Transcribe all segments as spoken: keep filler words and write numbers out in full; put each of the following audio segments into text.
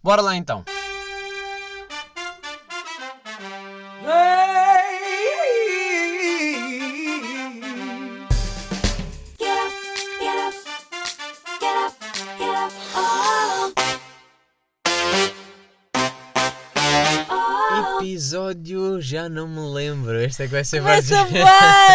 Bora lá então. Episódio, já não me lembro. Este é que vai ser Começa bem!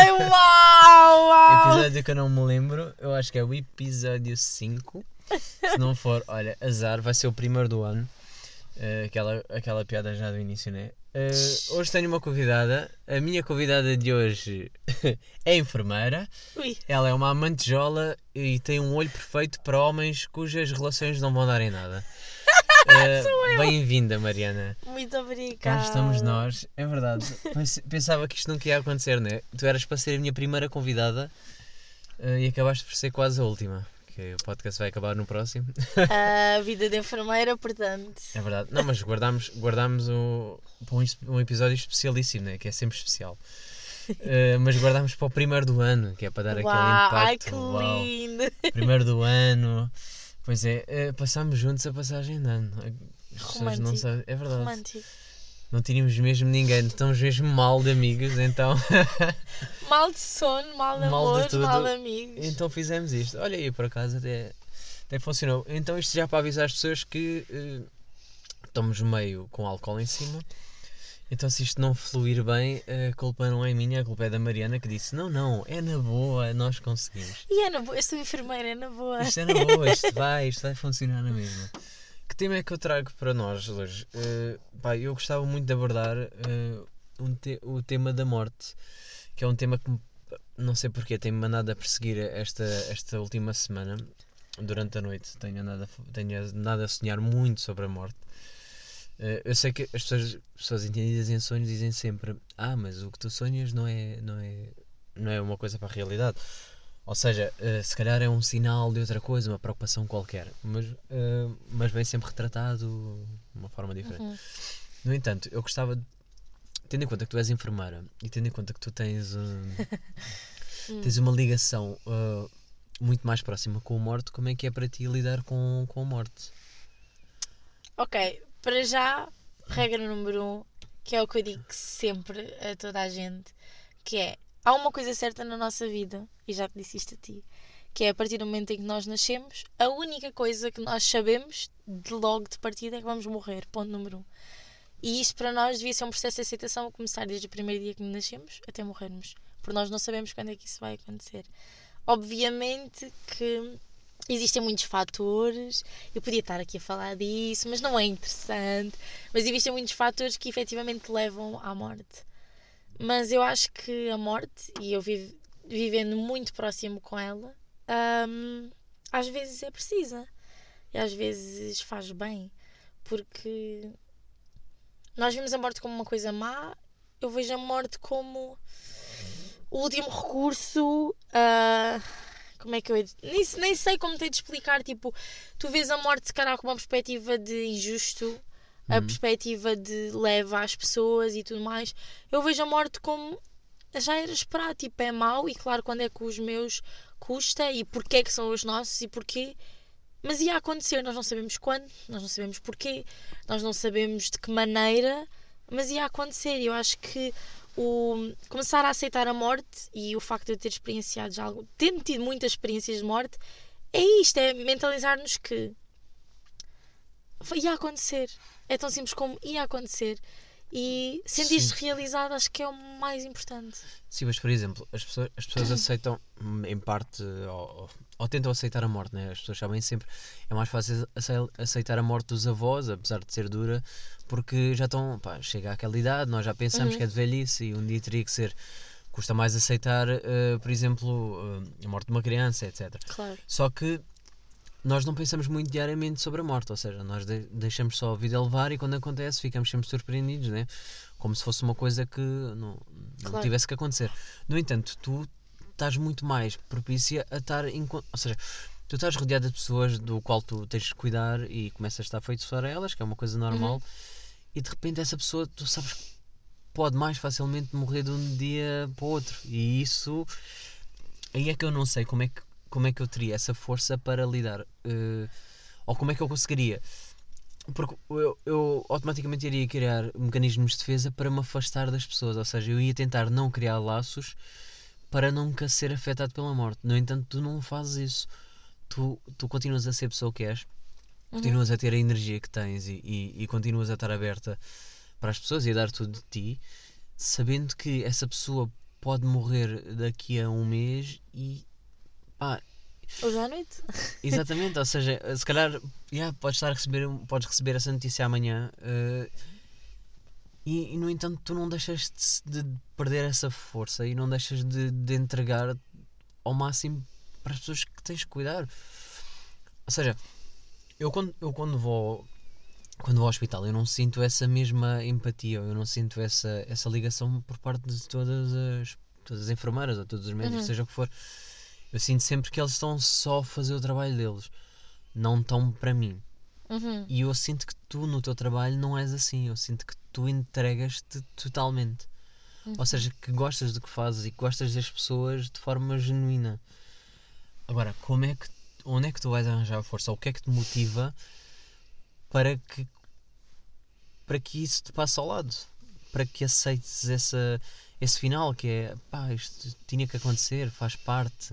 Uau! Uau! Episódio que eu não me lembro, eu acho que é o episódio cinco. Se não for, olha, azar, vai ser o primeiro do ano. Uh, aquela, aquela piada já do início, né? Uh, hoje tenho uma convidada. A minha convidada de hoje é enfermeira. Ui. Ela é uma amantejola e tem um olho perfeito para homens cujas relações não vão dar em nada. Uh, bem-vinda, Mariana. Muito obrigada. Cá estamos nós. É verdade. Pensava que isto nunca ia acontecer, né? Tu eras para ser a minha primeira convidada uh, e acabaste por ser quase a última. Que o podcast vai acabar no próximo. A vida de enfermeira, portanto. É verdade. Não, mas guardámos, guardámos um, um episódio especialíssimo, né? Que é sempre especial. Uh, mas guardámos para o primeiro do ano, que é para dar Uau, aquele impacto. ai que lindo! Uau. Primeiro do ano. Pois é, uh, passámos juntos a passagem de ano. As pessoas não sabem. É verdade. Romântico. Não tínhamos mesmo ninguém, estamos mesmo mal de amigos, então... Mal de sono, mal de Mal de amor, tudo. mal de amigos. Então fizemos isto. Olha aí, por acaso até, até funcionou. Então isto já para avisar as pessoas que uh, estamos meio com álcool em cima. Então se isto não fluir bem, a culpa não é minha, a culpa é da Mariana que disse não, não, é na boa, nós conseguimos. E é na boa, eu sou enfermeira, é na boa. Isto é na boa, isto vai, isto vai funcionar na mesma. Que tema é que eu trago para nós hoje? Uh, pá, eu gostava muito de abordar uh, um te- o tema da morte, que é um tema que, não sei porquê, tem-me mandado a perseguir esta, esta última semana, durante a noite. Tenho andado a, tenho andado a sonhar muito sobre a morte. Uh, eu sei que as pessoas, pessoas entendidas em sonhos dizem sempre ah, mas o que tu sonhas não é, não é, não é uma coisa para a realidade. Ou seja, uh, se calhar é um sinal de outra coisa, uma preocupação qualquer, mas, uh, mas vem sempre retratado de uma forma diferente. Uhum. No entanto, eu gostava, de, tendo em conta que tu és enfermeira e tendo em conta que tu tens, uh, tens uma ligação uh, muito mais próxima com a morte, como é que é para ti lidar com, com a morte? Ok, para já, regra número um, que é o que eu digo sempre a toda a gente, que é, há uma coisa certa na nossa vida, e já te disse isto a ti, que é a partir do momento em que nós nascemos, a única coisa que nós sabemos de logo de partida é que vamos morrer, ponto número um. E isto para nós devia ser um processo de aceitação a começar desde o primeiro dia que nascemos até morrermos, porque nós não sabemos quando é que isso vai acontecer. Obviamente que existem muitos fatores, eu podia estar aqui a falar disso, mas não é interessante, mas existem muitos fatores que efetivamente levam à morte. Mas eu acho que a morte, e eu vivo, vivendo muito próximo com ela, hum, às vezes é precisa. E às vezes faz bem. Porque nós vemos a morte como uma coisa má, eu vejo a morte como o último recurso. Uh, como é que eu ia... nem, nem sei como tenho de explicar. Tipo, tu vês a morte se calhar com uma perspectiva de injusto, a Uhum. perspectiva de leva às pessoas e tudo mais. Eu vejo a morte como já era esperado, tipo, é mau, e claro, quando é que os meus custa e porque é que são os nossos e porquê, mas ia acontecer, nós não sabemos quando, nós não sabemos porquê, nós não sabemos de que maneira, mas ia acontecer. E eu acho que o começar a aceitar a morte e o facto de eu ter experienciado já algo, tendo tido muitas experiências de morte, é isto, é mentalizar-nos que ia acontecer. É tão simples como ia acontecer. E sentir-te realizado acho que é o mais importante. Sim, mas por exemplo, as pessoas, as pessoas aceitam, em parte, ou, ou tentam aceitar a morte, né? As pessoas sabem sempre, é mais fácil aceitar a morte dos avós, apesar de ser dura, porque já estão, pá, chega àquela idade, nós já pensamos Uhum. que é de velhice e um dia teria que ser. Custa mais aceitar, uh, por exemplo, uh, a morte de uma criança, etcétera. Claro. Só que nós não pensamos muito diariamente sobre a morte, ou seja, nós de- deixamos só a vida levar e quando acontece ficamos sempre surpreendidos, né? Como se fosse uma coisa que não, não Claro. tivesse que acontecer. No entanto, tu estás muito mais propícia a estar, em, con- ou seja, tu estás rodeada de pessoas do qual tu tens de cuidar e começas a estar feito fora a elas, que é uma coisa normal, Uhum. e de repente essa pessoa, tu sabes que pode mais facilmente morrer de um dia para o outro, e isso, aí é que eu não sei como é que como é que eu teria essa força para lidar, uh, ou como é que eu conseguiria porque eu, eu automaticamente iria criar mecanismos de defesa para me afastar das pessoas, ou seja, eu ia tentar não criar laços para nunca ser afetado pela morte. No entanto, tu não fazes isso. Tu, tu continuas a ser a pessoa que és, continuas a ter a energia que tens e, e, e continuas a estar aberta para as pessoas e a dar tudo de ti, sabendo que essa pessoa pode morrer daqui a um mês e pá, Hoje à noite. exatamente, ou seja, se calhar yeah, podes, estar a receber, podes receber essa notícia amanhã uh, e, e no entanto tu não deixas de, de perder essa força e não deixas de, de entregar ao máximo para as pessoas que tens de cuidar. Ou seja, eu quando, eu quando vou quando vou ao hospital eu não sinto essa mesma empatia, eu não sinto essa, essa ligação por parte de todas as, todas as enfermeiras ou todos os médicos, Uhum. seja o que for. Eu sinto sempre que eles estão só a fazer o trabalho deles, não estão para mim. Uhum. E eu sinto que tu no teu trabalho não és assim, eu sinto que tu entregas-te totalmente. Uhum. Ou seja, que gostas do que fazes e que gostas das pessoas de forma genuína. Agora, como é que, onde é que tu vais arranjar a força? O que é que te motiva para que, para que isso te passe ao lado? Para que aceites essa, esse final que é, pá, isto tinha que acontecer, faz parte.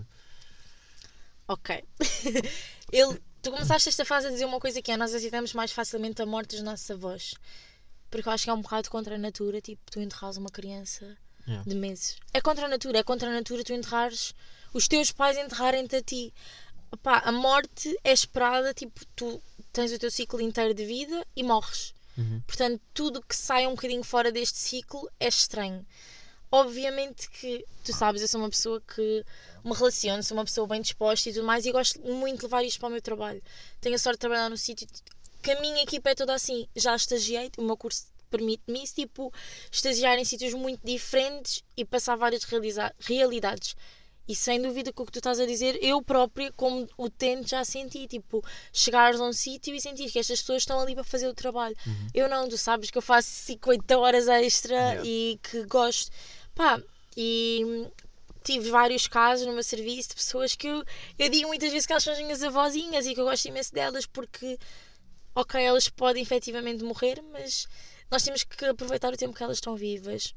Ok. Ele, tu começaste esta fase a dizer uma coisa que é: nós aceitamos mais facilmente a morte dos nossos avós. Porque eu acho que é um bocado contra a natura, tipo, tu enterrares uma criança Yeah. de meses. É contra a natura, é contra a natura tu enterrares, os teus pais enterrarem-te a ti. Opá, a morte é esperada, tipo, tu tens o teu ciclo inteiro de vida e morres. Uhum. Portanto, tudo que sai um bocadinho fora deste ciclo é estranho. Obviamente que, tu sabes, eu sou uma pessoa que me relaciono, sou uma pessoa bem disposta e tudo mais, e gosto muito de levar isto para o meu trabalho. Tenho a sorte de trabalhar no sítio que a minha equipa é toda assim. Já estagiei, o meu curso permite-me isso, tipo, estagiar em sítios muito diferentes e passar várias realiza- realidades. E sem dúvida que o que tu estás a dizer, eu própria, como o tento, já senti, tipo, chegares a um sítio e sentir que estas pessoas estão ali para fazer o trabalho. Uhum. Eu não, tu sabes que eu faço cinquenta horas extra Yeah. e que gosto. Pá, e tive vários casos no meu serviço de pessoas que eu, eu digo muitas vezes que elas são as minhas avózinhas e que eu gosto imenso delas porque, ok, elas podem efetivamente morrer, mas nós temos que aproveitar o tempo que elas estão vivas.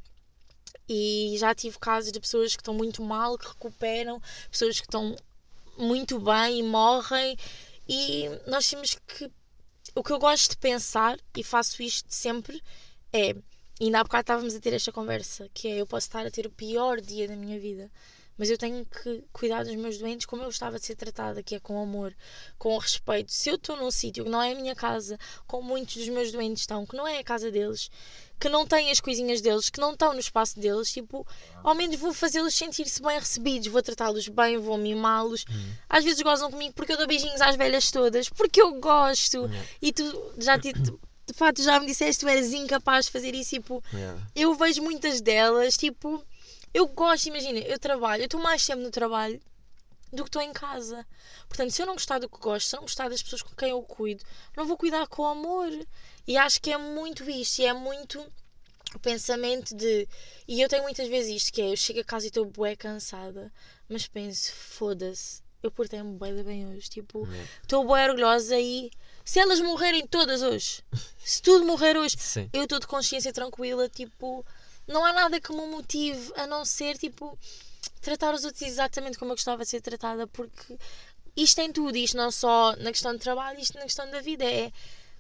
E já tive casos de pessoas que estão muito mal, que recuperam, pessoas que estão muito bem e morrem. E nós temos que... O que eu gosto de pensar, e faço isto sempre, é... Ainda há bocado estávamos a ter esta conversa, que é: eu posso estar a ter o pior dia da minha vida, mas eu tenho que cuidar dos meus doentes como eu gostava de ser tratada, que é com amor, com respeito. Se eu estou num sítio que não é a minha casa, como muitos dos meus doentes estão, que não é a casa deles, que não têm as coisinhas deles, que não estão no espaço deles, tipo, ao menos vou fazê-los sentir-se bem recebidos, vou tratá-los bem, vou mimá-los. Uhum. Às vezes gozam comigo porque eu dou beijinhos às velhas todas, porque eu gosto. Yeah. E tu já te... De facto, tu já me disseste que tu eras incapaz de fazer isso, tipo... Yeah. Eu vejo muitas delas, tipo... Eu gosto, imagina, eu trabalho, eu estou mais tempo no trabalho do que estou em casa. Portanto, se eu não gostar do que gosto, se eu não gostar das pessoas com quem eu cuido, não vou cuidar com amor. E acho que é muito isto, e é muito o pensamento de... E eu tenho muitas vezes isto, que é: eu chego a casa e estou bué cansada, mas penso, foda-se, eu portei-me bué bem hoje, tipo, estou bué orgulhosa e... Se elas morrerem todas hoje, se tudo morrer hoje, Sim. eu estou de consciência tranquila, tipo, não há nada que me motive a não ser, tipo, tratar os outros exatamente como eu gostava de ser tratada, porque isto em tudo, isto não só na questão de trabalho, isto na questão da vida, é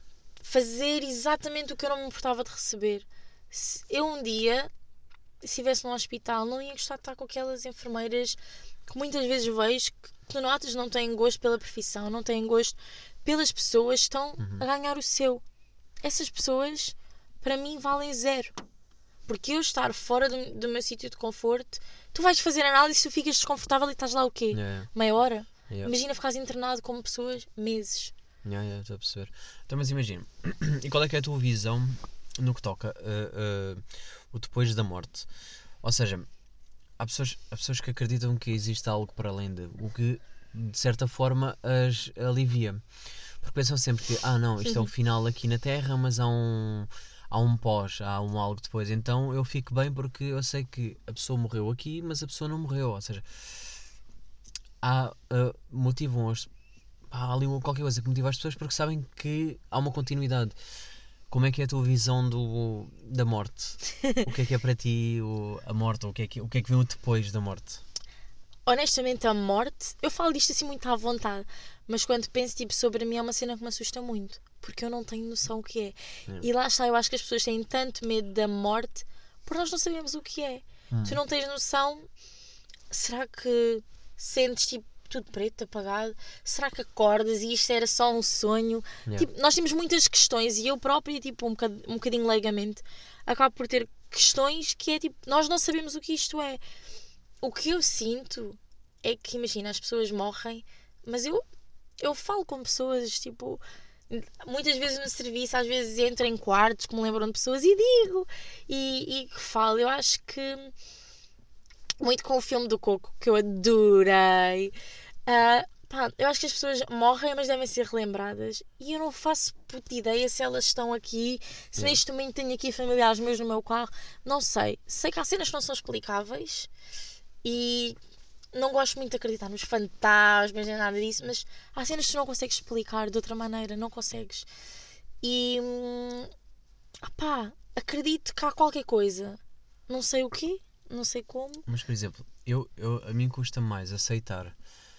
fazer exatamente o que eu não me importava de receber. Se eu um dia, se estivesse num hospital, não ia gostar de estar com aquelas enfermeiras que muitas vezes vejo que tu notas não têm gosto pela profissão, não têm gosto pelas pessoas que estão Uhum. a ganhar o seu. Essas pessoas, para mim, valem zero. Porque eu estar fora do, do meu sítio de conforto, tu vais fazer análise e tu ficas desconfortável e estás lá o quê? Yeah. Meia hora? Yeah. Imagina ficares internado como pessoas meses. Yeah, yeah, estou a perceber. Então, mas imagina, e qual é que é a tua visão no que toca uh, uh, o depois da morte? Ou seja, há pessoas, há pessoas que acreditam que existe algo para além de, o que de certa forma as alivia, porque pensam sempre que, ah não, isto é o final aqui na Terra, mas há um, há um pós, há um algo depois, então eu fico bem porque eu sei que a pessoa morreu aqui, mas a pessoa não morreu. Ou seja, há, uh, motivam as pá, há ali uma- qualquer coisa que motiva as pessoas porque sabem que há uma continuidade. Como é que é a tua visão do, da morte? O que é que é para ti o, a morte? O que, é que, o que é que vem depois da morte? Honestamente, a morte, eu falo disto assim muito à vontade, mas quando penso tipo, sobre mim é uma cena que me assusta muito, porque eu não tenho noção o que é. É. E lá está, eu acho que as pessoas têm tanto medo da morte porque nós não sabemos o que é. Hum. Tu não tens noção, será que sentes tipo tudo preto, apagado? Será que acordas e isto era só um sonho? Yeah. Tipo, nós temos muitas questões e eu própria, tipo, um bocadinho, um bocadinho leigamente, acabo por ter questões que é tipo, nós não sabemos o que isto é. O que eu sinto é que, imagina, as pessoas morrem, mas eu, eu falo com pessoas, tipo, muitas vezes no serviço, às vezes entro em quartos que me lembram de pessoas e digo, e, e que falo. Eu acho que, muito com o filme do Coco, que eu adorei, uh, pá, eu acho que as pessoas morrem, mas devem ser relembradas, e eu não faço puta ideia se elas estão aqui, se Yeah. neste momento tenho aqui familiares meus no meu carro, não sei. Sei que há cenas que não são explicáveis, e não gosto muito de acreditar nos fantasmas nem nada disso, mas há cenas que tu não consegues explicar de outra maneira, não consegues. E hum, opá, acredito que há qualquer coisa, não sei o quê, não sei como. Mas, por exemplo, eu, eu, a mim custa mais aceitar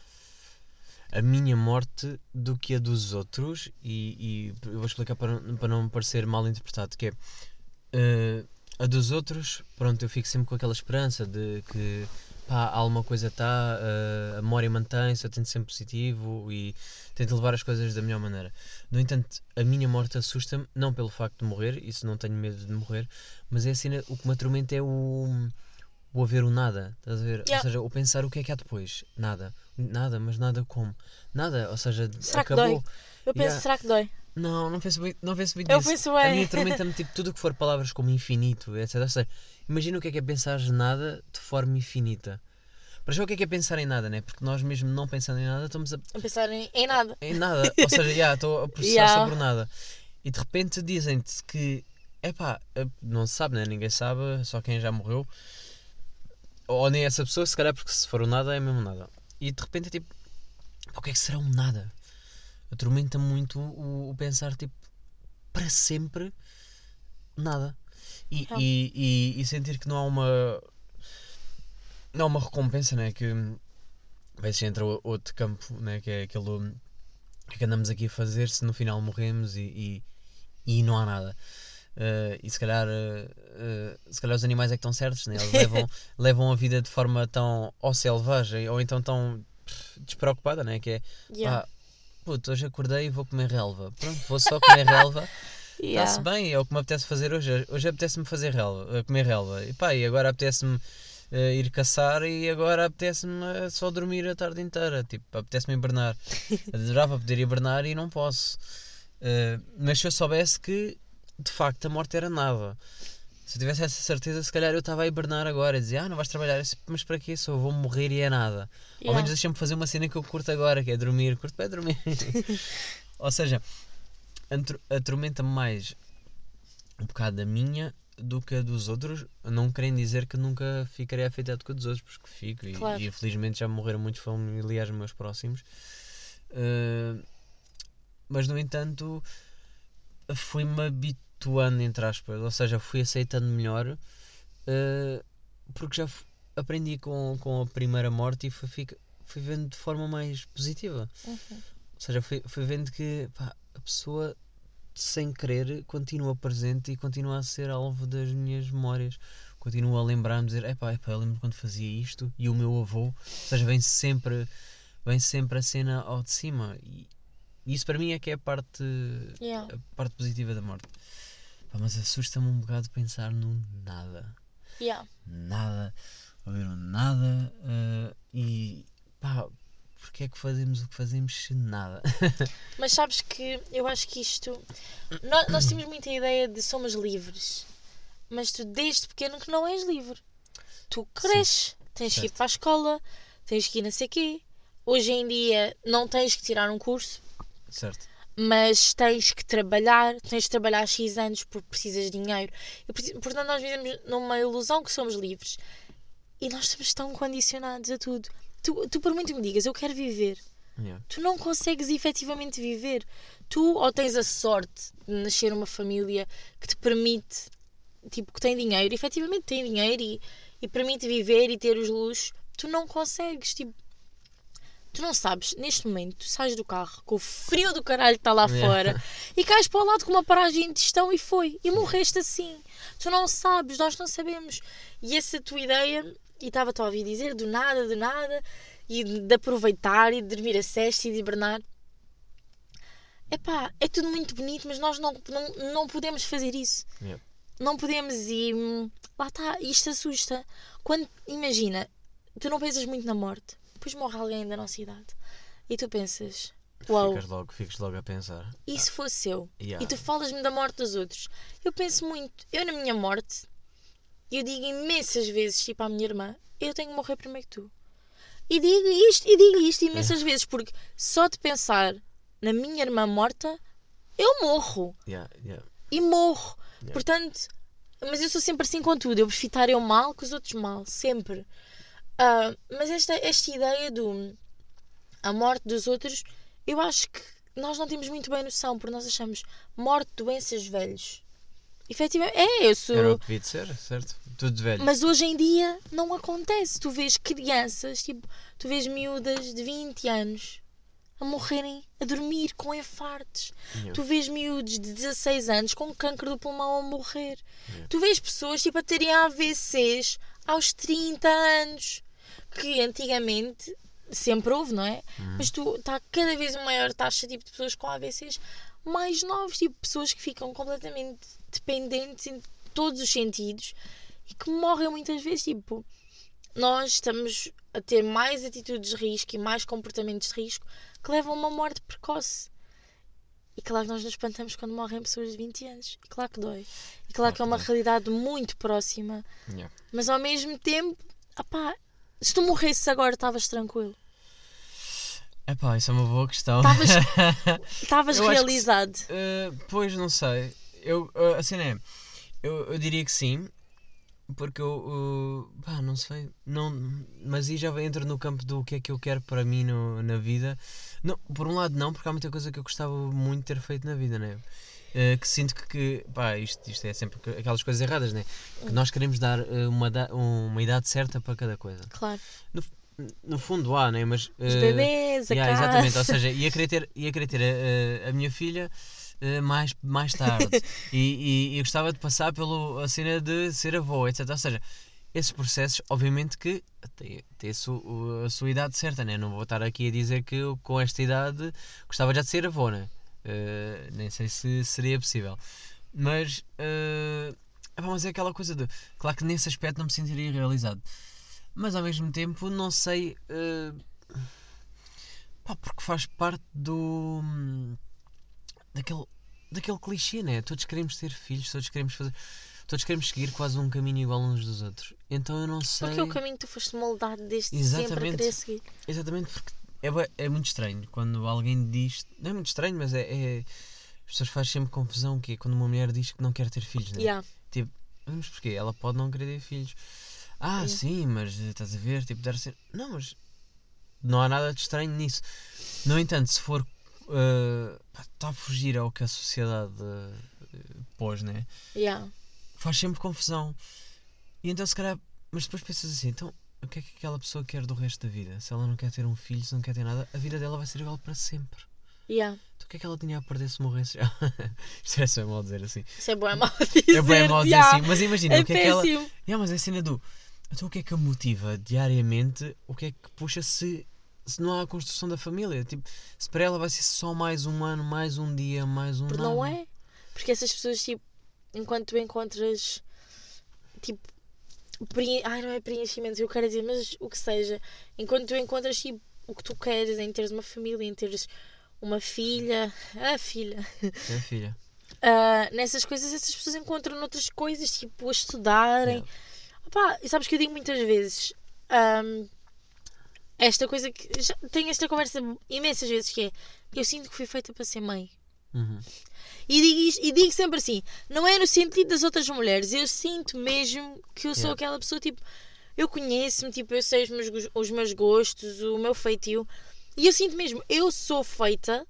a minha morte do que a dos outros, e, e eu vou explicar para, não- para não me parecer mal interpretado, que é eh, a dos outros, pronto, eu fico sempre com aquela esperança de que pá, alguma coisa está, a memória mantém-se, eu tento ser positivo e tento levar as coisas da melhor maneira. No entanto, a minha morte assusta-me, não pelo facto de morrer, isso não tenho medo de morrer, mas é assim, o que me atormenta é o, o haver o nada, estás a ver? Yeah. Ou seja, o pensar o que é que há depois, nada, nada, mas nada como, nada, ou seja, Será que acabou. dói? Eu penso, Yeah. será que dói? Não, não penso muito, não penso muito Eu nisso. penso A bem. mim atormenta-me tipo tudo o que for palavras como infinito, etcétera. Ou seja, imagina o que é que é pensar nada de forma infinita. Para já o que é que é pensar em nada, né? Porque nós mesmo não pensando em nada estamos a, A pensar em, em nada. em nada. Ou seja, já estou a processar Yeah. sobre o nada. E de repente dizem-te que, epá, não se sabe, né? Ninguém sabe, só quem já morreu. Ou nem essa pessoa, se calhar, porque se for o nada é mesmo nada. E de repente é tipo, o que é que será um nada? Atormenta-me muito o, o pensar, tipo, para sempre nada. E, Yeah. e, e, e sentir que não há uma. Não há uma recompensa, né? Que vezes entra o- outro campo, né? Que é aquele. O que é que andamos aqui a fazer se no final morremos e, e, e não há nada. Uh, e se calhar, uh, uh, se calhar os animais é que estão certos, né? Eles levam, levam a vida de forma tão ou selvagem ou então tão pff, despreocupada, né? Que é Yeah. pá, puto, hoje acordei e vou comer relva. Pronto, vou só comer relva. Yeah. Está-se bem, é o que me apetece fazer hoje. Hoje apetece-me fazer relva, eh, comer relva. E pá, e agora apetece-me eh, ir caçar e agora apetece-me eh, só dormir a tarde inteira. Tipo, apetece-me hibernar. Adorava poder hibernar e não posso. Eh, mas se eu soubesse que, de facto, a morte era nada. Se eu tivesse essa certeza, se calhar eu estava a hibernar agora. E dizia, ah, não vais trabalhar. Eu disse, mas para quê? Só vou morrer e é nada. Ao Yeah. menos deixa-me fazer uma cena que eu curto agora, que é dormir. Curto bem dormir. Ou seja, antro- atormenta-me mais um bocado da minha do que a dos outros, não querendo dizer que nunca ficarei afetado com a dos outros, porque fico e, Claro. e infelizmente já morreram muitos familiares meus próximos. Uh, mas no entanto fui-me habituando, entre aspas, ou seja, fui aceitando melhor, uh, porque já f- aprendi com, com a primeira morte e fui, fica- fui vendo de forma mais positiva. Uhum. Ou seja, fui, fui vendo que pá, a pessoa sem querer continua presente e continua a ser alvo das minhas memórias, continua a lembrar-me, dizer, epá, epá, eu lembro quando fazia isto e o meu avô, ou seja, vem sempre vem sempre a cena ao de cima e isso para mim é que é a parte, Yeah. a parte positiva da morte. Pá, mas assusta-me um bocado pensar no nada, Yeah. nada, ouvir um nada uh, e pá, porque é que fazemos o que fazemos se nada? Mas sabes que eu acho que isto. Nós, nós temos muita ideia de somos livres, mas tu desde pequeno que não és livre. Tu cresces, tens que ir certo. para a escola, tens que ir não sei quê. Hoje em dia não tens que tirar um curso, Certo. mas tens que trabalhar, tens que trabalhar X anos porque precisas de dinheiro. E, portanto, nós vivemos numa ilusão que somos livres. E nós estamos tão condicionados a tudo. Tu, tu por muito me digas, eu quero viver. Yeah. Tu não consegues efetivamente viver. Tu ou tens a sorte de nascer numa família que te permite, tipo, que tem dinheiro, efetivamente tem dinheiro e, e permite viver e ter os luxos. Tu não consegues, tipo, tu não sabes, neste momento, tu sais do carro com o frio do caralho que está lá Yeah. fora e cais para o lado com uma paragem de digestão e foi. E morreste assim. Tu não sabes, nós não sabemos. E essa tua ideia, e estava-te a ouvir dizer, do nada, do nada, e de, de aproveitar e de dormir a sesta e de hibernar. Epá, é tudo muito bonito, mas nós não, não, não podemos fazer isso. Yeah. Não podemos e hum, lá está, isto assusta. Quando, imagina, tu não pensas muito na morte. Depois morre alguém da nossa idade. E tu pensas, uau, Ficas logo, ficas logo a pensar. e se fosse eu? Yeah. E tu falas-me da morte dos outros. Eu penso muito, eu na minha morte, eu digo imensas vezes, tipo à minha irmã, eu tenho que morrer primeiro que tu. E digo isto, e digo isto imensas Yeah. vezes, porque só de pensar na minha irmã morta, eu morro. Yeah, yeah. E morro. Yeah. Portanto, mas eu sou sempre assim com tudo. Eu prefiro estar eu mal que os outros mal. Sempre. Ah, mas esta, esta ideia do a morte dos outros, eu acho que nós não temos muito bem noção, porque nós achamos morte, doenças, velhos. Efetivamente, é, eu sou. Era o que devia de ser, certo? Tudo de velho. Mas hoje em dia não acontece. Tu vês crianças, tipo, tu vês miúdas de vinte anos a morrerem, a dormir com infartos. Yeah. Tu vês miúdos de dezasseis anos com cancro do pulmão a morrer. Yeah. Tu vês pessoas tipo a terem A V Cs aos trinta anos, que antigamente sempre houve, não é? Uhum. Mas tu está cada vez uma maior taxa tipo, de pessoas com A V Cs mais novos, tipo pessoas que ficam completamente dependentes em todos os sentidos e que morrem muitas vezes. Tipo, nós estamos a ter mais atitudes de risco e mais comportamentos de risco que levam a uma morte precoce. E claro que nós nos espantamos quando morrem pessoas de vinte anos. E claro que dói. E claro, Claro que é uma que dói. realidade muito próxima. Yeah. Mas ao mesmo tempo, opá, se tu morresses agora, estavas tranquilo. Epá, isso é uma boa questão. Estavas estavas Eu acho que realizado. Uh, pois, não sei. Eu, uh, assim, é. Eu, eu diria que sim. Porque eu, uh, pá, não sei. Não, mas aí já entra no campo do que é que eu quero para mim no, na vida. Não, por um lado, não, porque há muita coisa que eu gostava muito de ter feito na vida, né? Uh, que sinto que, que pá, isto, isto é sempre aquelas coisas erradas, né? Que nós queremos dar uh, uma, da, uma idade certa para cada coisa. Claro. No, no fundo há, né? Mas, uh, Os bebês, a yeah, casa. exatamente, ou seja, ia querer ter, ia querer ter a, a, a minha filha uh, mais, mais tarde e, e, e eu gostava de passar pela cena de ser avô, etcétera. Ou seja, esses processos, obviamente que têm tem a, su, a sua idade certa, né? Não vou estar aqui a dizer que eu, com esta idade gostava já de ser avô, né? Uh, nem sei se seria possível, mas, uh, mas é aquela coisa de, claro que nesse aspecto não me sentiria realizado, mas ao mesmo tempo não sei, uh, pá, porque faz parte do daquele, daquele clichê, né? Todos queremos ter filhos, todos queremos fazer, todos queremos seguir quase um caminho igual uns dos outros, então eu não sei. Porque é o caminho que tu foste moldado desde Exatamente. sempre a querer seguir. Exatamente, porque é, é muito estranho quando alguém diz, não é muito estranho, mas é, é as pessoas fazem sempre confusão, que é quando uma mulher diz que não quer ter filhos, né? Yeah. Tipo, mas porquê? Ela pode não querer ter filhos. Ah, Yeah. sim, mas estás a ver, tipo, deve ser... Não, mas não há nada de estranho nisso. No entanto, se for uh, pá, está a fugir ao que a sociedade uh, pôs, né? Yeah. Faz sempre confusão. E então se calhar, mas depois pensas assim, então o que é que aquela pessoa quer do resto da vida? Se ela não quer ter um filho, se não quer ter nada, a vida dela vai ser igual para sempre. Yeah. Então o que é que ela tinha a perder se morresse já? Isto é só mal dizer assim. Isso é bom, é mau dizer. É bem mal dizer yeah. assim, mas imagina, É o que é que ela... péssimo. Yeah, mas é a cena do... Então o que é que a motiva diariamente? O que é que puxa se, se não há a construção da família? Tipo, se para ela vai ser só mais um ano, mais um dia, mais um Porque ano. não é? Porque essas pessoas, tipo, enquanto tu encontras, tipo, preen... ai, não é preenchimento, eu quero dizer, mas o que seja, enquanto tu encontras, tipo, o que tu queres em teres uma família, em teres uma filha, a filha, É a filha. uh, nessas coisas, essas pessoas encontram noutras coisas, tipo, a estudarem. Yeah. Opá, e sabes que eu digo muitas vezes, um, esta coisa que, já tenho esta conversa imensas vezes, que é, eu sinto que fui feita para ser mãe. Uhum. E digo, isto, e digo sempre assim, não é no sentido das outras mulheres, eu sinto mesmo que eu sou Yeah. aquela pessoa, tipo, eu conheço-me, tipo, eu sei os meus, os meus gostos, o meu feitio, E eu sinto mesmo, eu sou feita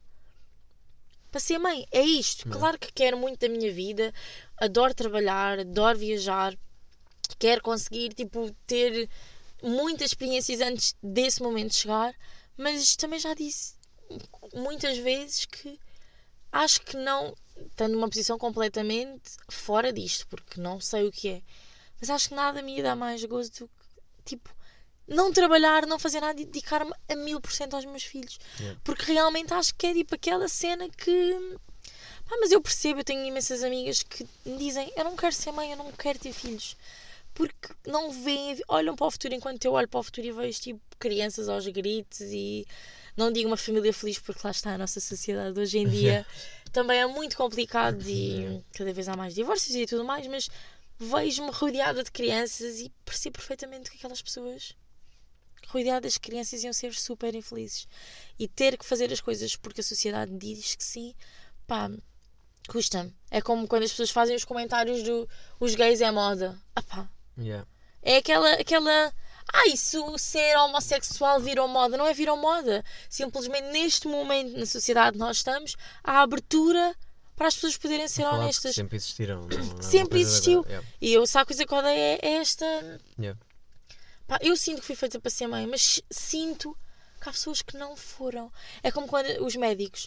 para ser mãe. É isto. Não. Claro que quero muito da minha vida. Adoro trabalhar, adoro viajar. Quero conseguir, tipo, ter muitas experiências antes desse momento chegar. Mas também já disse muitas vezes que acho que não, estando numa posição completamente fora disto, porque não sei o que é. Mas acho que nada me ia dar mais gozo do que, tipo, não trabalhar, não fazer nada e dedicar-me a mil por cento aos meus filhos. Yeah. Porque realmente acho que é tipo aquela cena que... Pá, mas eu percebo, eu tenho imensas amigas que me dizem eu não quero ser mãe, eu não quero ter filhos. Porque não veem, olham para o futuro enquanto eu olho para o futuro e vejo tipo crianças aos gritos e não digo uma família feliz porque lá está a nossa sociedade hoje em dia. Também é muito complicado e cada vez há mais divórcios e tudo mais, mas vejo-me rodeada de crianças e percebo perfeitamente que aquelas pessoas rodeadas de crianças iam ser super infelizes. E ter que fazer as coisas porque a sociedade diz que sim, pá, custa-me. É como quando as pessoas fazem os comentários do os gays é moda. Ah pá. Yeah. É aquela, aquela... Ah, isso ser homossexual virou moda. Não é virou moda. Simplesmente neste momento na sociedade nós estamos, há abertura para as pessoas poderem ser Falar honestas. Sempre existiram. Não, não é uma Sempre coisa existiu. agora. Yeah. E eu, se há coisa que odeio é, é esta... Yeah. Pá, eu sinto que fui feita para ser mãe, mas sinto que há pessoas que não foram. É como quando os médicos...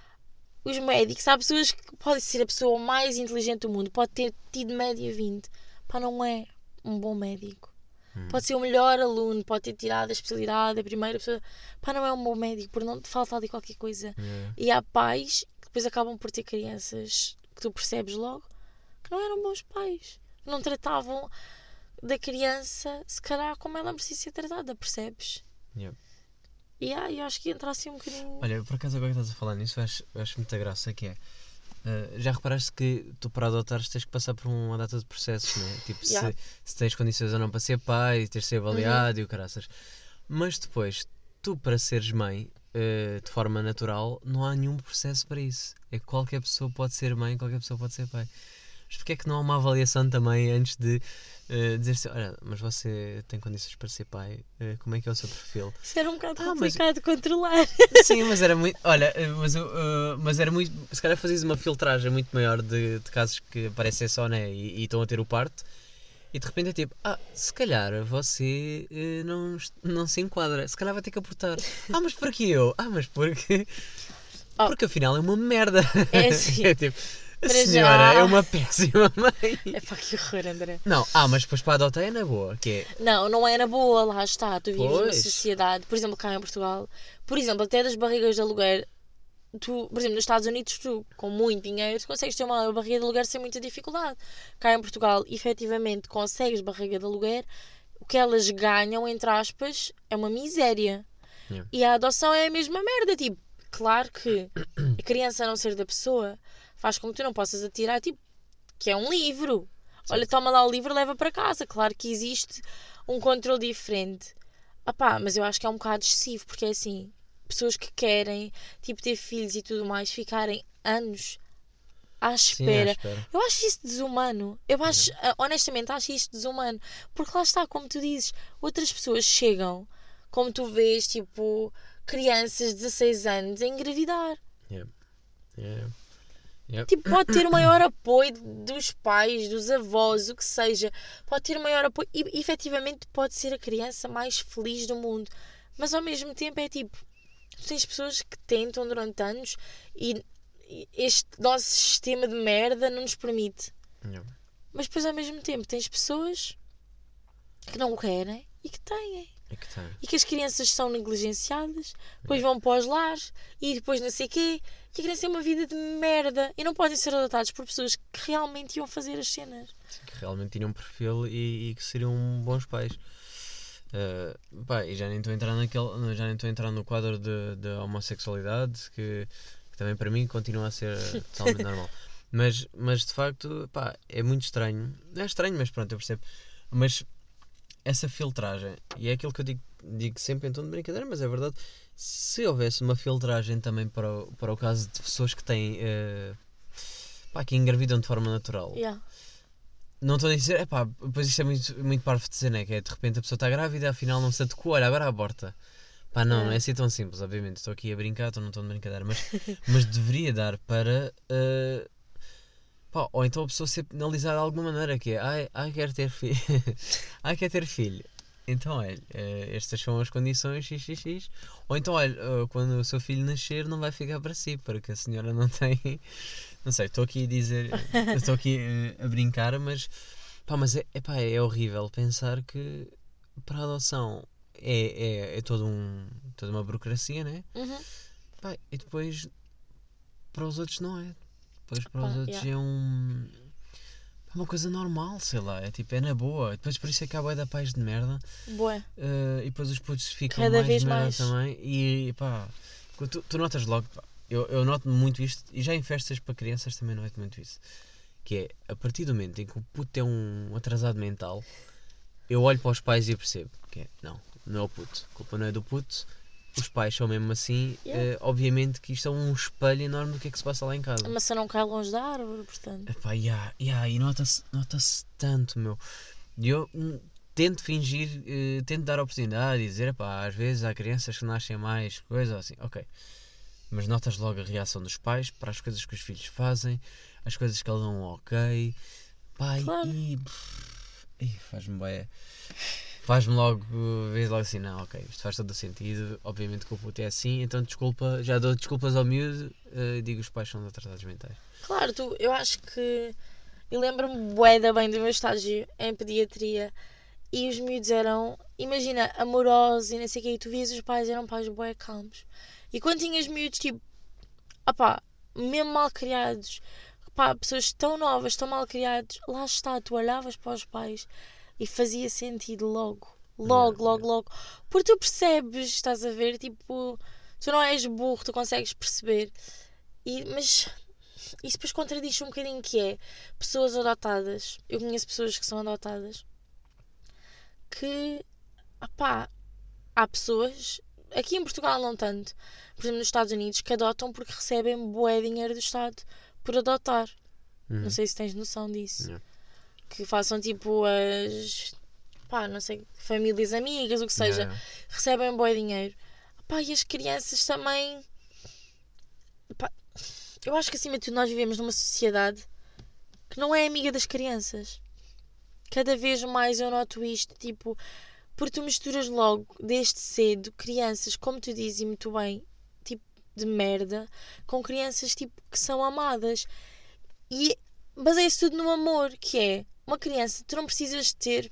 Os médicos, há pessoas que podem ser a pessoa mais inteligente do mundo, pode ter tido média vinte. Pá, não é um bom médico. Hum. Pode ser o melhor aluno, pode ter tirado a especialidade, a primeira pessoa. Pá, não é um bom médico, porque não te falta ali qualquer coisa. Yeah. E há pais que depois acabam por ter crianças que tu percebes logo que não eram bons pais. Não tratavam da criança, se calhar, como ela precisa ser tratada, percebes? Yeah. E ah, eu acho que entra assim um bocadinho... Olha, por acaso agora que estás a falar nisso, eu acho, eu acho muita graça que é... Uh, já reparaste que tu para adotares tens que passar por uma data de processos, não é? Tipo, Yeah. se, se tens condições ou não para ser pai, tens de ser avaliado uhum. e o caraças. Mas depois, tu para seres mãe, uh, de forma natural, não há nenhum processo para isso. É que qualquer pessoa pode ser mãe, qualquer pessoa pode ser pai. Mas porquê é que não há uma avaliação também antes de uh, dizer assim, olha, mas você tem condições para ser pai, uh, como é que é o seu perfil? Isso era um bocado ah, complicado mas... de controlar. Sim, mas era muito, olha, mas, uh, mas era muito, se calhar fazias uma filtragem muito maior de, de casos que aparecem só, né, e, e estão a ter o parto, e de repente é tipo, ah, se calhar você uh, não, não se enquadra, se calhar vai ter que abortar. Ah, mas porquê eu? Ah, mas porque... Oh. Porque afinal é uma merda. É assim. É tipo... A Para senhora já... é uma péssima mãe. É pá, que horror, André. Não, ah, mas depois para adotar é na boa, que é... Não, não é na boa, lá está. Tu vives pois. numa sociedade, por exemplo, cá em Portugal, por exemplo, até das barrigas de aluguer, tu, por exemplo, nos Estados Unidos, tu, com muito dinheiro, tu consegues ter uma barriga de aluguer sem muita dificuldade. Cá em Portugal, efetivamente, consegues barriga de aluguer, o que elas ganham, entre aspas, é uma miséria. Yeah. E a adoção é a mesma merda, tipo, claro que a criança não ser da pessoa faz com que tu não possas atirar, tipo, que é um livro. Certo. Olha, toma lá o livro, leva para casa. Claro que existe um controle diferente. Apá, mas eu acho que é um bocado excessivo, porque é assim, pessoas que querem, tipo, ter filhos e tudo mais, ficarem anos à espera. Sim, à espera. Eu acho isso desumano. Eu acho, é. honestamente, acho isto desumano. Porque lá está, como tu dizes, outras pessoas chegam, como tu vês, tipo, crianças de dezasseis anos a engravidar. Yeah. Yeah. Yep. Tipo, pode ter o maior apoio dos pais, dos avós, o que seja. Pode ter o maior apoio e, efetivamente, pode ser a criança mais feliz do mundo. Mas, ao mesmo tempo, é tipo... Tu tens pessoas que tentam durante anos e, e este nosso sistema de merda não nos permite. Yep. Mas, depois, ao mesmo tempo, tens pessoas que não querem e que têm. É que tem. E que as crianças são negligenciadas, depois vão para os lares e depois não sei o quê. E a criança é uma vida de merda. E não podem ser adotados por pessoas que realmente iam fazer as cenas. Sim, que realmente tinham um perfil e, e que seriam bons pais. Uh, pá, e já nem estou a entrar naquele, já nem estou a entrar no quadro de, de homossexualidade, que, que também para mim continua a ser totalmente normal. Mas, mas de facto, pá, é muito estranho. É estranho, mas pronto, eu percebo. Mas essa filtragem, e é aquilo que eu digo, digo sempre em tom de brincadeira, mas é verdade, se houvesse uma filtragem também para o, para o caso de pessoas que têm uh, pá, que engravidam de forma natural, yeah. Não estou a dizer, é pá, pois isto é muito, muito parvo de dizer, né? Que é de repente a pessoa está grávida, afinal não se adequou, olha, agora aborta. Pá, não, É. não é assim tão simples, obviamente. Estou aqui a brincar, estou não estou a brincadeira, mas, mas deveria dar para. Uh, pá, ou então a pessoa ser penalizada de alguma maneira, que é, ai, ai quero ter filho. ai, quer ter filho. Então, olha, uh, estas são as condições, x, x, x. Ou então, olha, uh, quando o seu filho nascer, não vai ficar para si, porque a senhora não tem. Não sei, estou aqui a dizer. Estou aqui uh, a brincar, mas. Pá, mas é, é, pá, é horrível pensar que para a adoção é, é, é todo um, toda uma burocracia, né? Uhum. Pá, e depois para os outros não é. Depois para Pá, os outros yeah. é um. É uma coisa normal, sei lá. É tipo, é na boa. Depois por isso é que há bué de pais de merda. Bué. Uh, e depois os putos ficam Cada mais vez de merda mais. também. E pá, tu, tu notas logo. Pá, eu, eu noto muito isto. E já em festas para crianças também noto muito isso. Que é, a partir do momento em que o puto é um atrasado mental, eu olho para os pais e percebo que é, não, não é o puto, a culpa não é do puto, os pais são mesmo assim, Yeah. uh, obviamente que isto é um espelho enorme do que é que se passa lá em casa. A maçã não cai longe da árvore, portanto. Epá, yeah, yeah, e nota-se nota-se tanto, meu. E eu hum, tento fingir, uh, tento dar a oportunidade e dizer, epá, às vezes há crianças que nascem mais, coisa assim, ok. Mas notas logo a reação dos pais para as coisas que os filhos fazem, as coisas que eles dão um ok. Pai, Claro. e. e faz-me bem. Faz-me logo. Vês logo assim, não, ok, isto faz todo o sentido. Obviamente que o puto é assim, então desculpa, já dou desculpas ao miúdo, uh, digo os pais são atrasados mentais. Claro, tu, eu acho que. Eu lembro-me bué da bem do meu estágio em pediatria e os miúdos eram, imagina, amorosos e não sei o quê, e tu vias os pais, eram pais bué calmos. E quando tinhas miúdos, tipo, opá, mesmo mal criados, pá, pessoas tão novas, tão mal criados, lá está, tu olhavas para os pais e fazia sentido logo. Logo, Yeah, logo, yeah. logo. Porque tu percebes, estás a ver, tipo, tu não és burro, tu consegues perceber. E, mas isso depois contradiz um bocadinho que é pessoas adotadas. Eu conheço pessoas que são adotadas que, opá, há pessoas, aqui em Portugal não tanto, por exemplo nos Estados Unidos, que adotam porque recebem bué dinheiro do Estado por adotar. Uhum. Não sei se tens noção disso. Yeah. Que façam tipo as, pá, não sei, famílias amigas, o que seja, Yeah, yeah. recebem bué dinheiro. Pá, e as crianças também, pá, eu acho que acima de tudo nós vivemos numa sociedade que não é amiga das crianças. Cada vez mais eu noto isto, tipo, porque tu misturas logo, desde cedo, crianças, como tu dizes e muito bem, tipo, de merda, com crianças, tipo, que são amadas. E baseia-se tudo no amor, que é, uma criança, tu não precisas ter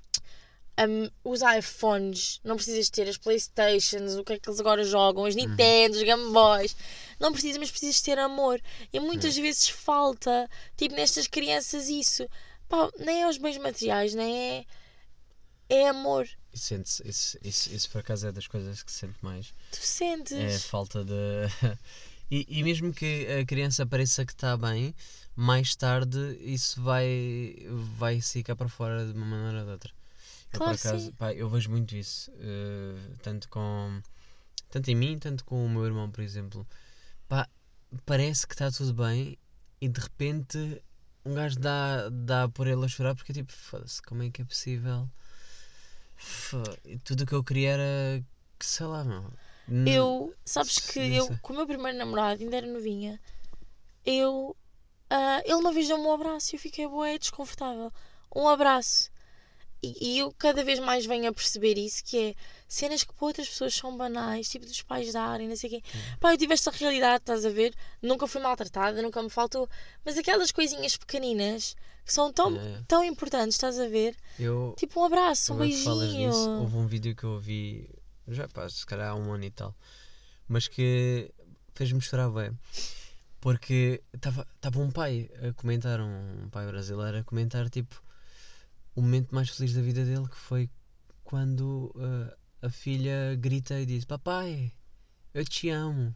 um, os iPhones, não precisas ter as Playstations, o que é que eles agora jogam, as Nintendo, os Game Boys, não precisas, mas precisas ter amor. E muitas vezes falta, tipo, nestas crianças isso. Pá, nem é os bens materiais, nem é... É amor. Isso, sente-se- isso, isso, isso por acaso é das coisas que se sente mais. Tu sentes. É a falta de. e, e mesmo que a criança pareça que está bem, mais tarde isso vai, vai se cá para fora de uma maneira ou de outra. Eu, Claro, por acaso, sim. pá, eu vejo muito isso. eh, tanto com. Tanto em mim, tanto com o meu irmão, por exemplo. Pá, parece que está tudo bem e de repente um gajo dá, dá por ele a chorar porque é tipo, foda-se, como é que é possível? Fô, tudo o que eu queria era que, sei lá, meu. Hum, Eu, sabes que não eu, sei. com o meu primeiro namorado, ainda era novinha, eu, ah, ele uma vez deu-me um abraço e eu fiquei bué desconfortável. Um abraço. E, e eu cada vez mais venho a perceber isso, que é cenas que para outras pessoas são banais, tipo dos pais darem, não sei o quê. Pá, eu tive esta realidade, estás a ver? Nunca fui maltratada, nunca me faltou. Mas aquelas coisinhas pequeninas que são tão, É, é. tão importantes, estás a ver? Eu, Tipo um abraço, um agora que falas beijinho. nisso, houve um vídeo que eu ouvi, já pá, se calhar há um ano e tal, mas que fez-me chorar bem. Porque estava um pai a comentar, um pai brasileiro a comentar, tipo, o momento mais feliz da vida dele, que foi quando uh, a filha grita e diz: Papai, eu te amo.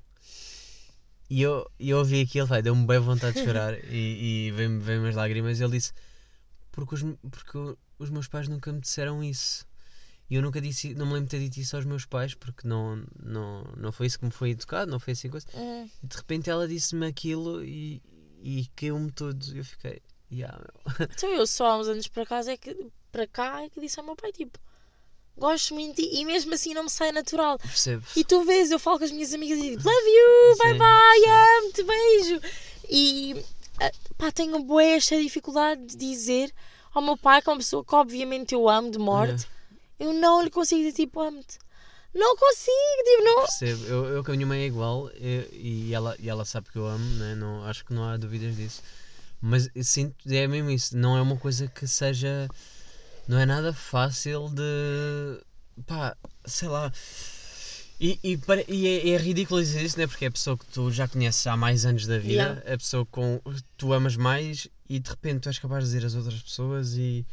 E eu, e eu ouvi aquilo, vai, deu-me bem vontade de chorar e, e veio-me veio as lágrimas. E ele disse: porque os, porque os meus pais nunca me disseram isso. E eu nunca disse, não me lembro de ter dito isso aos meus pais, porque não, não, não foi isso que me foi educado, não foi assim coisa. Hum. E de repente ela disse-me aquilo e, e caiu-me tudo. E eu fiquei, yeah, meu. Então eu só há uns anos para cá é que, para cá é que disse ao meu pai, tipo, gosto muito de ti, e mesmo assim não me sai natural. Percebo. E tu vês, eu falo com as minhas amigas e digo, love you, bye Sim, bye, sim. amo-te, beijo. E ah, pá, tenho bué esta dificuldade de dizer ao meu pai, que é uma pessoa que obviamente eu amo de morte, eu não lhe consigo dizer tipo, amo-te. Não consigo, tipo, não. Percebo. Eu, eu com a minha mãe é igual e, e, ela, e ela sabe que eu amo, né? Não, acho que não há dúvidas disso. Mas eu sinto, é mesmo isso, não é uma coisa que seja. Não é nada fácil de. Pá, sei lá. E, e, pare- e é, é ridículo dizer isso, né? Porque é a pessoa que tu já conheces há mais anos da vida, Yeah. é a pessoa com que tu amas mais e de repente tu és capaz de dizer às outras pessoas e.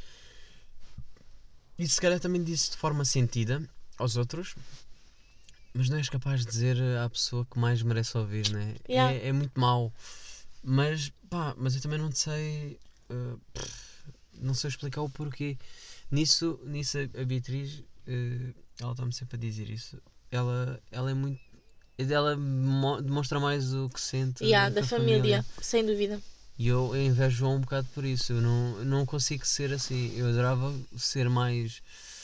E se calhar também disse de forma sentida aos outros, mas não és capaz de dizer à pessoa que mais merece ouvir, né? Yeah. É, é muito mau. Mas, pá, mas eu também não te sei. uh, pff, não sei explicar o porquê. Nisso, nisso a a Beatriz, uh, ela está-me sempre a dizer isso. Ela, ela é muito. Ela mo- demonstra mais o que sente Yeah, com da a família, sem dúvida. E eu, eu invejo-a um bocado por isso. Eu não, eu não consigo ser assim. Eu adorava ser mais.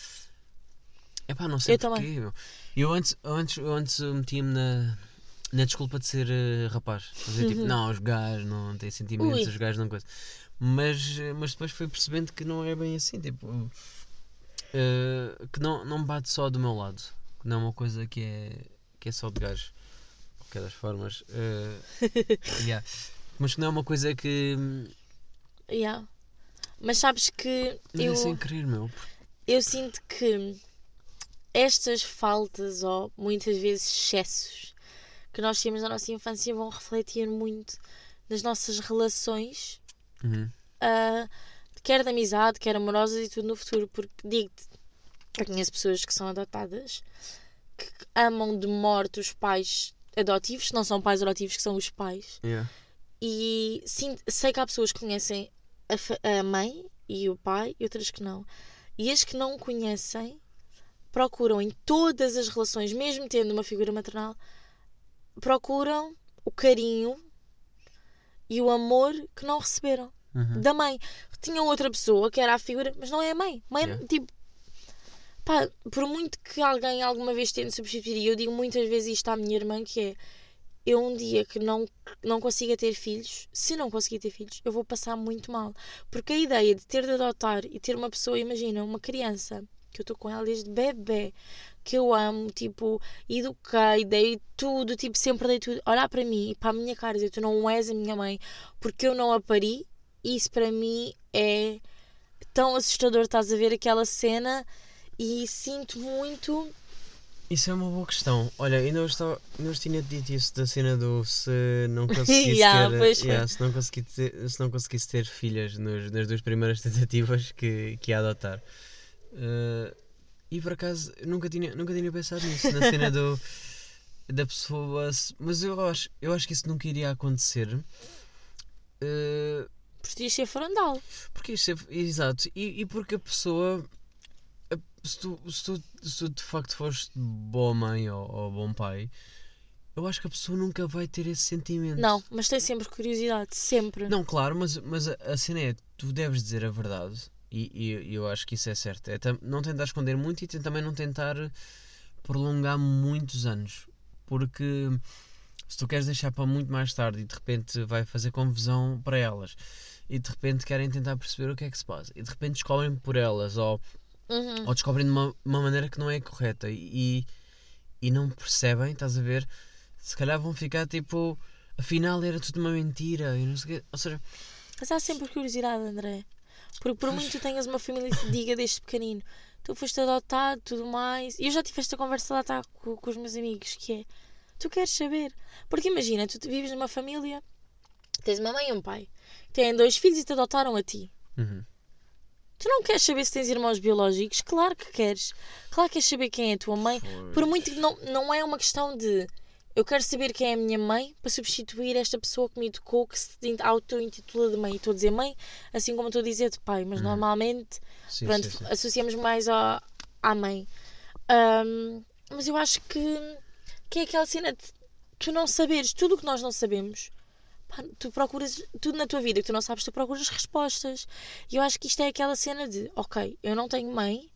Epá, não sei Eu porquê. também. Meu. Eu antes, antes, eu antes metia-me na, na desculpa de ser eh, rapaz. Fazer tipo, não, os gajos não têm sentimentos, Ui. os gajos não coisa. Mas, eh, mas depois fui percebendo que não é bem assim. Tipo, eh, que não, não bate só do meu lado. Que não é uma coisa que é, que é só de gajo. De qualquer das formas. eh, yeah. Mas que não é uma coisa que. Yeah. Mas sabes que Mas eu, é sem querer, meu. eu sinto que estas faltas ou muitas vezes excessos que nós temos na nossa infância vão refletir muito nas nossas relações, Uhum. ah, quer de amizade, quer amorosas e tudo no futuro. Porque digo-te, eu conheço pessoas que são adotadas, que amam de morte os pais adotivos, que não são pais adotivos, que são os pais. Yeah. E sim, sei que há pessoas que conhecem a, fa- a mãe e o pai e outras que não. E as que não conhecem procuram em todas as relações, mesmo tendo uma figura maternal, procuram o carinho e o amor que não receberam Uhum. da mãe. Tinham outra pessoa que era a figura, mas não é a mãe. Mãe, Yeah. tipo, pá, por muito que alguém alguma vez tente substituir, e eu digo muitas vezes isto à minha irmã, que é, eu um dia que não, não consiga ter filhos, se não conseguir ter filhos, eu vou passar muito mal. Porque a ideia de ter de adotar e ter uma pessoa, imagina, uma criança, que eu estou com ela desde bebê, que eu amo, tipo, eduquei, dei tudo, tipo, sempre dei tudo, olhar para mim e para a minha cara e dizer, tu não és a minha mãe porque eu não a pari, isso para mim é tão assustador. Estás a ver aquela cena e sinto muito. Isso é uma boa questão. Olha, ainda hoje, estava, ainda hoje tinha dito isso da cena do se não conseguisse Yeah, ter, pois foi. yeah, se, não conseguisse ter se não conseguisse ter filhas nos, nas duas primeiras tentativas que, que ia adotar. Uh, e por acaso nunca tinha, nunca tinha pensado nisso, na cena do, da pessoa. se- Mas eu acho, eu acho que isso nunca iria acontecer. Uh, Podias ser frondal. porque isso é, exato. E, e porque a pessoa. a- Se tu, se, tu, se tu de facto fores boa mãe ou, ou bom pai, eu acho que a pessoa nunca vai ter esse sentimento. Não, mas tem sempre curiosidade, sempre. Não, claro, mas, mas a, a cena é, tu deves dizer a verdade. E, e, e eu acho que isso é certo. É tam- não tentar esconder muito e tem- também não tentar prolongar muitos anos. Porque se tu queres deixar para muito mais tarde e de repente vai fazer confusão para elas e de repente querem tentar perceber o que é que se passa e de repente descobrem por elas ou, Uhum. ou descobrem de uma, uma maneira que não é correta e, e não percebem, estás a ver? Se calhar vão ficar tipo, afinal era tudo uma mentira e não sei o quê. Ou seja, Mas há sempre curiosidade, André. Porque por muito tu tenhas uma família que te diga desde pequenino, tu foste adotado, tudo mais. E eu já tive esta conversa lá tá, com, com os meus amigos, que é, tu queres saber. Porque imagina, tu te vives numa família, tens uma mãe e um pai, têm dois filhos e te adotaram a ti. uhum. Tu não queres saber se tens irmãos biológicos? Claro que queres. Claro que queres saber quem é a tua mãe. Por muito que não, não é uma questão de eu quero saber quem é a minha mãe para substituir esta pessoa que me educou, que se auto-intitula de mãe. Estou a dizer mãe, assim como estou a dizer de pai, mas Uhum. normalmente Sim, pronto, sim, sim. associamos mais à, à mãe. Ahm, mas eu acho que, que é aquela cena de tu não saberes tudo o que nós não sabemos. Pá, tu procuras tudo na tua vida que tu não sabes, tu procuras respostas. E eu acho que isto é aquela cena de ok, eu não tenho mãe,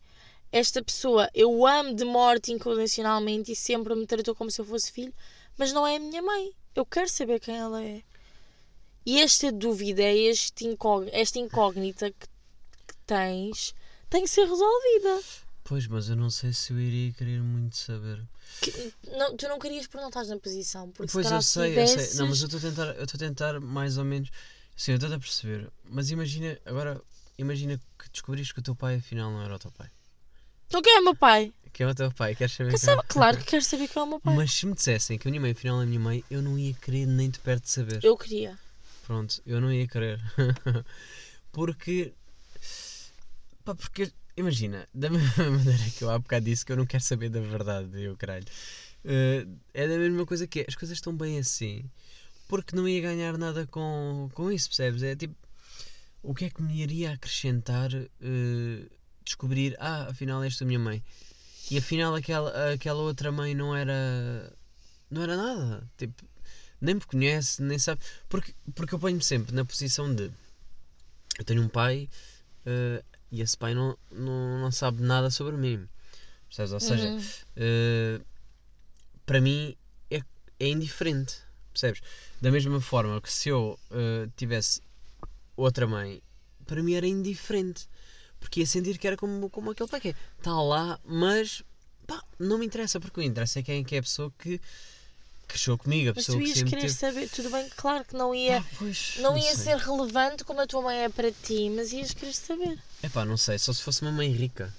esta pessoa eu amo de morte incondicionalmente e sempre me tratou como se eu fosse filho, mas não é a minha mãe. Eu quero saber quem ela é. E esta dúvida, este incógnita, esta incógnita que, que tens, tem que ser resolvida. Pois, mas eu não sei se eu iria querer muito saber. Que, não, tu não querias porque não estás na posição. Porque Pois se eu calhar sei, tivesses... eu sei. Não, mas eu estou a tentar, eu estou a tentar mais ou menos. Sim, eu estou a perceber. Mas imagina, agora, imagina que descobriste que o teu pai afinal não era o teu pai. Então quem é o meu pai? Quem é o teu pai? Queres saber Que quem sabe, é? claro que quero saber quem é o meu pai. Mas se me dissessem que a minha mãe afinal é a minha mãe, eu não ia querer nem de perto de saber. Eu queria. Pronto, eu não ia querer. Porque. Pá, porque. Imagina, da mesma maneira que eu há bocado disse que eu não quero saber da verdade, eu caralho. Uh, é da mesma coisa que é. As coisas estão bem assim. Porque não ia ganhar nada com, com isso, percebes? É tipo. O que é que me iria acrescentar uh, descobrir. Ah, afinal esta é a minha mãe. E afinal aquela, aquela outra mãe não era. Não era nada. Tipo. Nem me conhece, nem sabe. Porque, porque eu ponho-me sempre na posição de. Eu tenho um pai uh, e esse pai não, não, não sabe nada sobre mim. Percebes? Ou seja, Uhum. uh, para mim é, é indiferente. Percebes? Da mesma forma que se eu uh, tivesse outra mãe, para mim era indiferente. Porque ia sentir que era como, como aquele pai que é. Está lá, mas pá, não me interessa. Porque o que interessa é quem é que é a pessoa que cresceu comigo, a Mas pessoa tu que ias sempre querer teve... saber, tudo bem, claro que não ia, Ah, pois, não não ia sei. ser relevante como a tua mãe é para ti, mas ias querer saber. Epá, não sei, só se fosse uma mãe rica.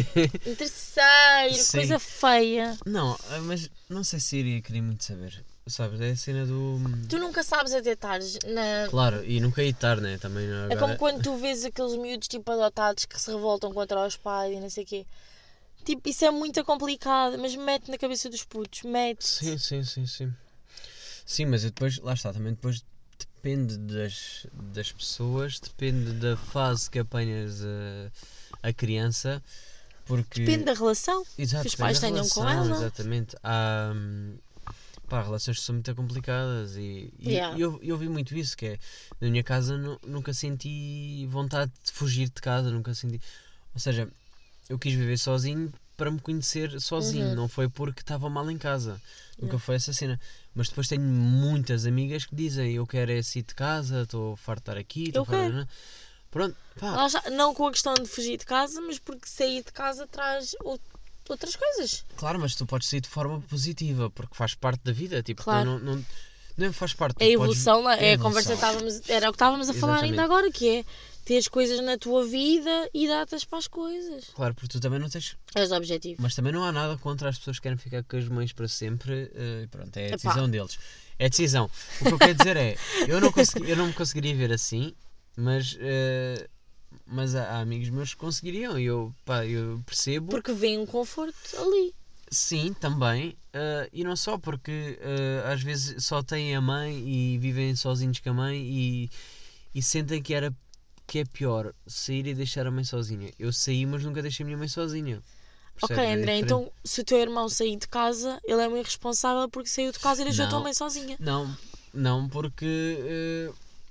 Interesseiro, Sim. coisa feia. Não, mas não sei se iria querer muito saber. Sabes, é a cena do... Tu nunca sabes até estares na... Claro, e nunca editar, né? Também agora... É como quando tu vês aqueles miúdos tipo adotados que se revoltam contra os pais e não sei o quê. Tipo, isso é muito complicado, mas mete na cabeça dos putos, mete. Sim, sim, sim, sim. Sim, mas eu depois, lá está, também depois depende das, das pessoas, depende da fase que apanhas a, a criança, porque... Depende da relação Exato, que os depende pais da tenham com relação, ela. exatamente. Há, hum, pá, relações que são muito complicadas e, e Yeah. eu, eu vi muito isso, que é, na minha casa nu- nunca senti vontade de fugir de casa, nunca senti... Ou seja, eu quis viver sozinho para me conhecer sozinho, Uhum. não foi porque estava mal em casa. Nunca Yeah. foi essa cena. Mas depois tenho muitas amigas que dizem eu quero é sair de casa, estou farto de estar aqui, estou Eu farto quero. de... Pronto, pá, Lá está, não com a questão de fugir de casa, mas porque sair de casa traz o- outras coisas. claro, mas tu podes sair de forma positiva, porque faz parte da vida, tipo, tu Claro. não, não, não faz parte. É a tu podes- evolução, lá- é a evolução. conversa que estávamos, era o que estávamos a falar ainda Exatamente. agora, que é ter as coisas na tua vida e datas para as coisas. Claro, porque tu também não tens. É os objetivos. Mas também não há nada contra as pessoas que querem ficar com as mães para sempre. eh, pronto, é a Epá. decisão deles. É a decisão. O que eu quero dizer é, eu não, consegui, eu não me conseguiria ver assim, mas, eh, mas há, há amigos meus que conseguiriam e eu, pá, eu percebo. Porque vem um conforto ali. Sim, também. eh, e não só, porque eh, às vezes só têm a mãe e vivem sozinhos com a mãe e, e sentem que, era, que é pior sair e deixar a mãe sozinha. Eu saí, mas nunca deixei a minha mãe sozinha. Ok, Percebes? É André, diferente. então se o teu irmão sair de casa, ele é um irresponsável porque saiu de casa e deixou a tua Não. mãe sozinha. Não, não, porque. eh,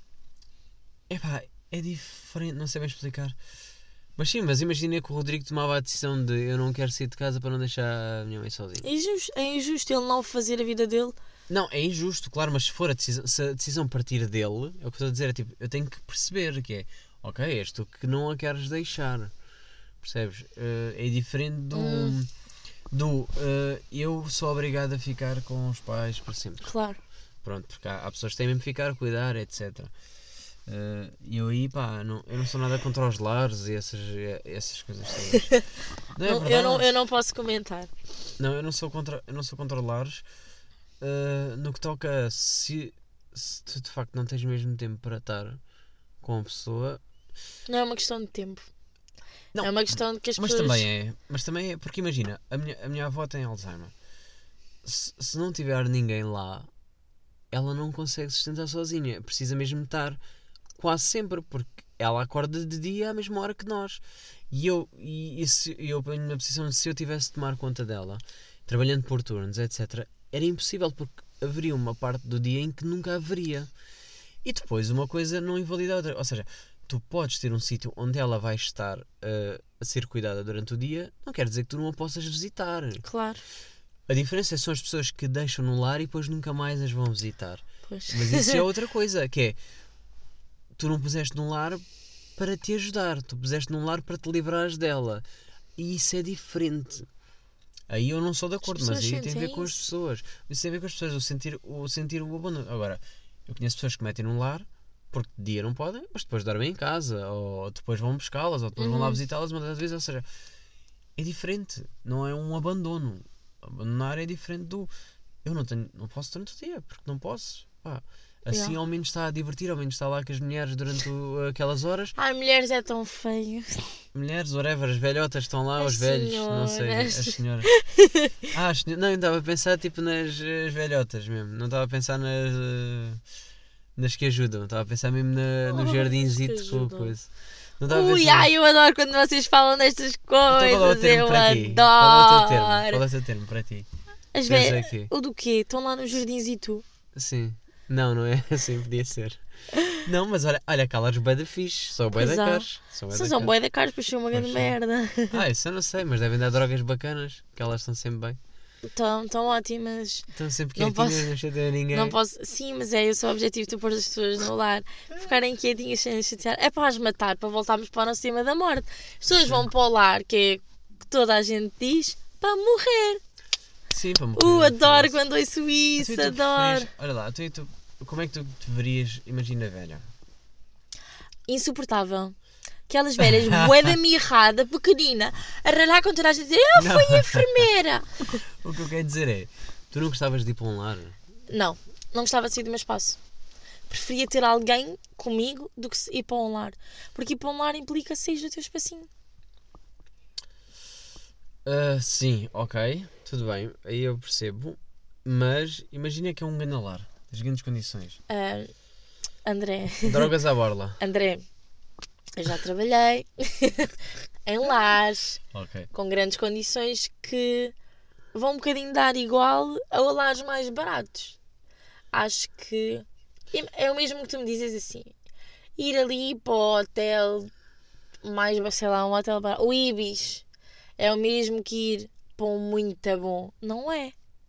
epá, é diferente, não sei bem explicar. Mas sim, mas imagina que o Rodrigo tomava a decisão de eu não quero sair de casa para não deixar a minha mãe sozinha. É injusto, é injusto ele não fazer a vida dele. Não, é injusto, claro, mas se for a decisão, se a decisão partir dele, é o que eu estou a dizer, é tipo, eu tenho que perceber que é, ok, és tu que não a queres deixar, percebes? Eh, é diferente do, Hum. do eh, eu sou obrigado a ficar com os pais para sempre. Claro. Pronto, porque há, há pessoas que têm mesmo que ficar, cuidar, etcétera. Eh, E eu aí, pá, não, eu não sou nada contra os lares e essas, essas coisas todas. Não é Não, eu, verdade? não, eu não posso comentar. Não, eu não sou contra, eu não sou contra lares. Uh, no que toca a se, se tu de facto não tens mesmo tempo para estar com a pessoa, Não é uma questão de tempo. Não, é uma questão de que as mas pessoas... também é, mas também é, porque imagina, a minha, a minha avó tem Alzheimer. Se, se não tiver ninguém lá, ela não consegue sustentar sozinha, precisa mesmo estar quase sempre, porque ela acorda de dia à mesma hora que nós. E eu, e, e se, eu ponho na posição de se eu tivesse de tomar conta dela, trabalhando por turnos, etcétera, era impossível, porque haveria uma parte do dia em que nunca haveria. E depois uma coisa não invalida a outra. Ou seja, tu podes ter um sítio onde ela vai estar uh, a ser cuidada durante o dia, não quer dizer que tu não a possas visitar. Claro. A diferença são as pessoas que deixam no lar e depois nunca mais as vão visitar. Pois. Mas isso é outra coisa, que é, tu não puseste num lar para te ajudar, tu puseste num lar para te livrares dela. E isso é diferente. Aí eu não sou de acordo, mas aí tem a ver com as pessoas. Isso tem a ver com as pessoas, o sentir o, sentir o abandono. Agora, eu conheço pessoas que metem num lar porque de dia não podem, mas depois dormem em casa, ou depois vão buscá-las, ou depois uhum. vão lá visitá-las uma das vezes. Ou seja, é diferente, não é um abandono. Abandonar é diferente do eu não tenho, não posso durante o dia, porque não posso. Pá, assim yeah. ao menos está a divertir, ao menos está lá com as mulheres durante o, aquelas horas. Ai, mulheres é tão feio. Mulheres, whatever, as velhotas estão lá, as os velhos, senhoras. não sei, as senhoras. Ah, as senhoras, não, eu estava a pensar tipo nas as velhotas mesmo, não estava a pensar nas nas que ajudam, estava a pensar mesmo na, no oh, jardinzito com coisa. Ui, ai, eu adoro quando vocês falam destas coisas, então, qual é o termo eu para adoro. Ti? Qual é o teu termo? Qual é o teu termo para ti? As velhas, o do quê? Estão lá no jardinzito? Sim. Não, não é assim, podia ser. Não, mas olha, olha aquelas bué da fixe, são bué da caros. São bué da, são bué da caros, pois são uma grande merda. Ah, isso eu não sei, mas devem dar drogas bacanas, que elas estão sempre bem. Estão, estão ótimas. Estão sempre quietinhas, não, não chateiam ninguém. Não posso, sim, mas é esse o objetivo de pôr as pessoas no lar. Ficarem quietinhas sem chatear. É para as matar, para voltarmos para o nosso tema da morte. As pessoas sim. vão para o lar, que é que toda a gente diz, para morrer. Sim, para morrer. Uh, adoro quando ouço isso, então, adoro. Fez, olha lá, tu, tu, como é que tu te verias, imagina velha? Insuportável. Aquelas velhas, bué da mirrada, pequenina, a ralhar com toda a gente, eu fui não. enfermeira. O que eu quero dizer é, tu não gostavas de ir para um lar? Não, não gostava de sair do meu espaço. Preferia ter alguém comigo do que ir para um lar. Porque ir para um lar implica sair do teu espacinho. Uh, sim, ok, tudo bem, aí eu percebo. Mas imagina que é um grande lar, das grandes condições. Uh, André. Drogas à borla. André. Eu já trabalhei em lares okay. com grandes condições que vão um bocadinho dar igual a lares mais baratos. Acho que é o mesmo que tu me dizes assim, ir ali para o hotel mais, sei lá, um hotel barato, o Ibis, é o mesmo que ir para um muito bom. Não é?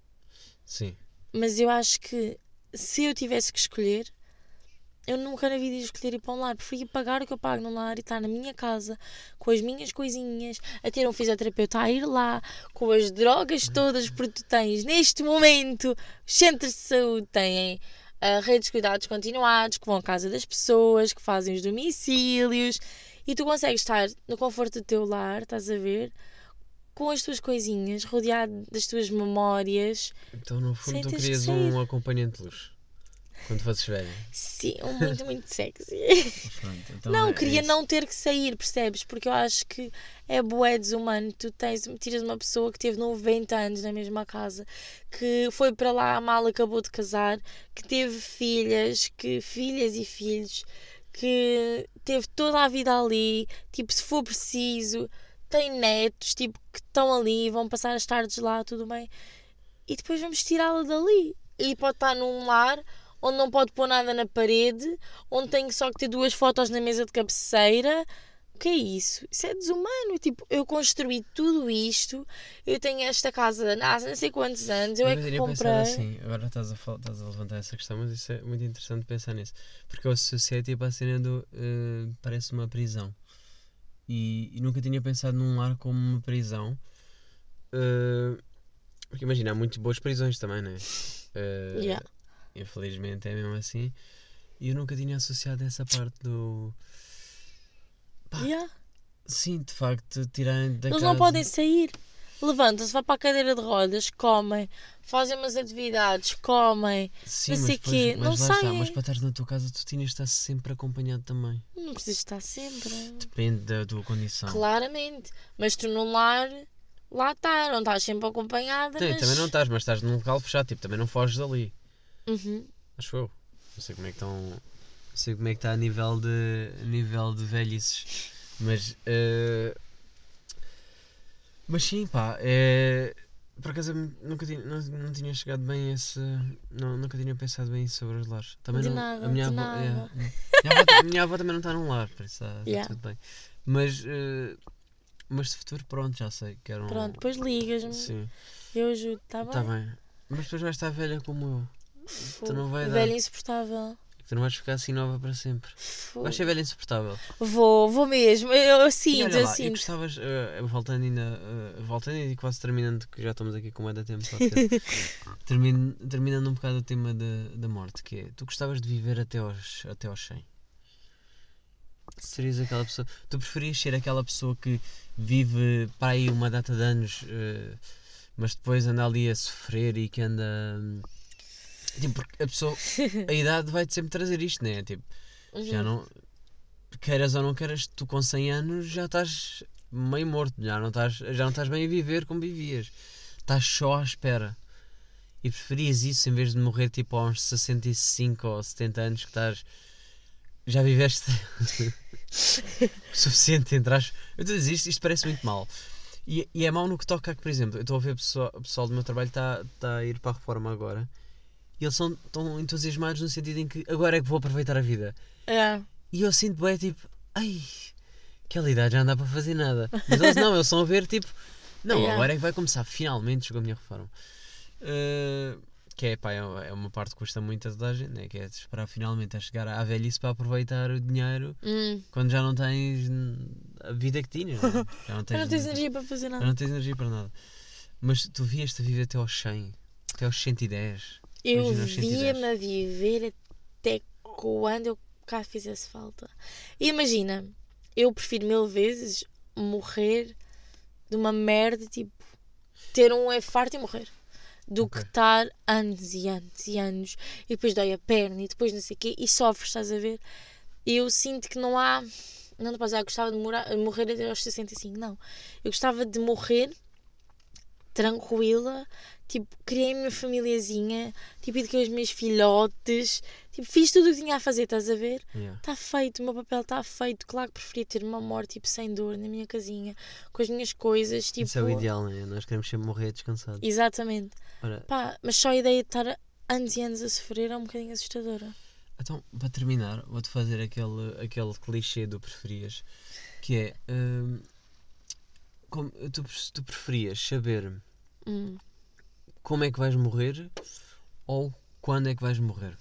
Sim. Mas eu acho que se eu tivesse que escolher, eu nunca na vida ia escolher ir para um lar. Preferia pagar o que eu pago num lar e estar na minha casa, com as minhas coisinhas, a ter um fisioterapeuta a ir lá, com as drogas todas, porque tu tens, neste momento, os centros de saúde têm uh, redes de cuidados continuados, que vão à casa das pessoas, que fazem os domicílios, e tu consegues estar no conforto do teu lar, estás a ver, com as tuas coisinhas, rodeado das tuas memórias. Então, no fundo, tu querias que um acompanhante de luxo. Quando fosses velha? Sim, um muito, muito sexy. Pronto, então não, é, queria é não ter que sair, percebes? Porque eu acho que é bué desumano. Tu tens, tiras uma pessoa que teve noventa anos na mesma casa, que foi para lá, mal acabou de casar, que teve filhas, que filhas e filhos, que teve toda a vida ali, tipo, se for preciso, tem netos, tipo, que estão ali, vão passar as tardes lá, tudo bem. E depois vamos tirá-la dali. E pode estar num lar onde não pode pôr nada na parede, onde tem só que ter duas fotos na mesa de cabeceira. O que é isso? Isso é desumano. Tipo, eu construí tudo isto, eu tenho esta casa há não sei quantos anos, eu, eu é que comprei. Assim, agora estás a, estás a levantar essa questão, mas isso é muito interessante pensar nisso. Porque eu associei tipo a cena do uh, parece uma prisão. E, e nunca tinha pensado num lar como uma prisão. Uh, porque imagina, há muito boas prisões também, não é? Uh, yeah. Infelizmente é mesmo assim. E eu nunca tinha associado essa parte do... Pá, yeah. Sim, de facto, tirarem da Eles casa... não podem sair. Levantam-se, vão para a cadeira de rodas, comem, fazem umas atividades, comem, sim, não sei o quê, não saem. Mas para estar na tua casa tu tinhas de estar sempre acompanhado também. Não precisas estar sempre. Depende da tua condição. Claramente. Mas tu num lar, lá está, não estás sempre acompanhada. Sim, mas... também não estás, mas estás num local fechado, tipo, também não foges dali. Uhum. Acho eu. Não sei como é que estão... Não sei como é que está a nível de, a nível de velhices. Mas... Uh... Mas sim, pá, é... por acaso eu nunca tinha, não, não tinha chegado bem a esse. Não, nunca tinha pensado bem sobre os lares. Também De não, nada, a minha de avó, nada. é, a minha, avó, a minha avó também não está num lar, por isso está, está Yeah. tudo bem. Mas, eh, mas de futuro, pronto, já sei que era um. Pronto, depois ligas-me. Sim, Eu ajudo, está bem? está bem. Mas depois vais estar velha como eu. Fogo. não vai dar. Velha insuportável. Tu não vais ficar assim nova para sempre. Fogo. Vais ser velha insuportável. Vou, vou mesmo. Eu, eu E sinto, olha eu lá, e sinto. gostavas, eh, voltando ainda, eh, voltando e quase terminando, que já estamos aqui com muito tempo, só que termino, terminando um bocado o tema da, da morte, que é, tu gostavas de viver até aos, até aos cem? Serias aquela pessoa, tu preferias ser aquela pessoa que vive para aí uma data de anos, eh, mas depois anda ali a sofrer e que anda... hum, Tipo, porque a pessoa, a idade vai-te sempre trazer isto, né? Tipo, já não... Queiras ou não queiras, tu com cem anos já estás meio morto, já não estás, já não estás bem a viver como vivias. Estás só à espera. E preferias isso em vez de morrer tipo aos sessenta e cinco ou setenta anos que estás... Já viveste o suficiente, entre aspas. Eu estou a dizer isto, isto parece muito mal. E, e é mau no que toca a que, por exemplo, eu estou a ver o pessoal, o pessoal do meu trabalho está tá a ir para a reforma agora. E eles são tão entusiasmados no sentido em que agora é que vou aproveitar a vida. É. E eu sinto bem, tipo, ai, aquela idade já não dá para fazer nada. Mas eles não, eles estão a ver, tipo, não, Yeah. agora é que vai começar, finalmente chegou a minha reforma. Uh, que é, pá, é é uma parte que custa muito a toda a gente, né? Que é esperar finalmente a chegar à velhice para aproveitar o dinheiro Hum. quando já não tens a vida que tinhas. Né? Já não Eu tens, não tens energia para fazer já nada. não tens energia para nada. Mas tu vieste a viver até aos cem, até aos cento e dez. Eu Imagina os cento e dez. via-me a viver até quando eu cá fizesse falta. E imagina, eu prefiro mil vezes morrer de uma merda, tipo, ter um infarto e morrer, do Ok. que estar anos e anos e anos e depois dói a perna e depois não sei o quê e sofres, estás a ver? E eu sinto que não há. Não te posso dizer, eu gostava de morar, morrer até aos sessenta e cinco, não. Eu gostava de morrer tranquila, tipo, criei a minha famíliazinha, tipo, eduquei os meus filhotes, tipo, fiz tudo o que tinha a fazer, estás a ver? Yeah. Está feito, o meu papel está feito. Claro que preferia ter uma morte, tipo, sem dor, na minha casinha, com as minhas coisas, tipo... Isso é o ideal, né? Nós queremos sempre morrer descansados. Exatamente. Ora, Pá, mas só a ideia de estar anos e anos a sofrer é um bocadinho assustadora. então, para terminar, vou-te fazer aquele, aquele clichê do preferias, que é, hum, como, tu, tu preferias saber Hum. como é que vais morrer ou quando é que vais morrer?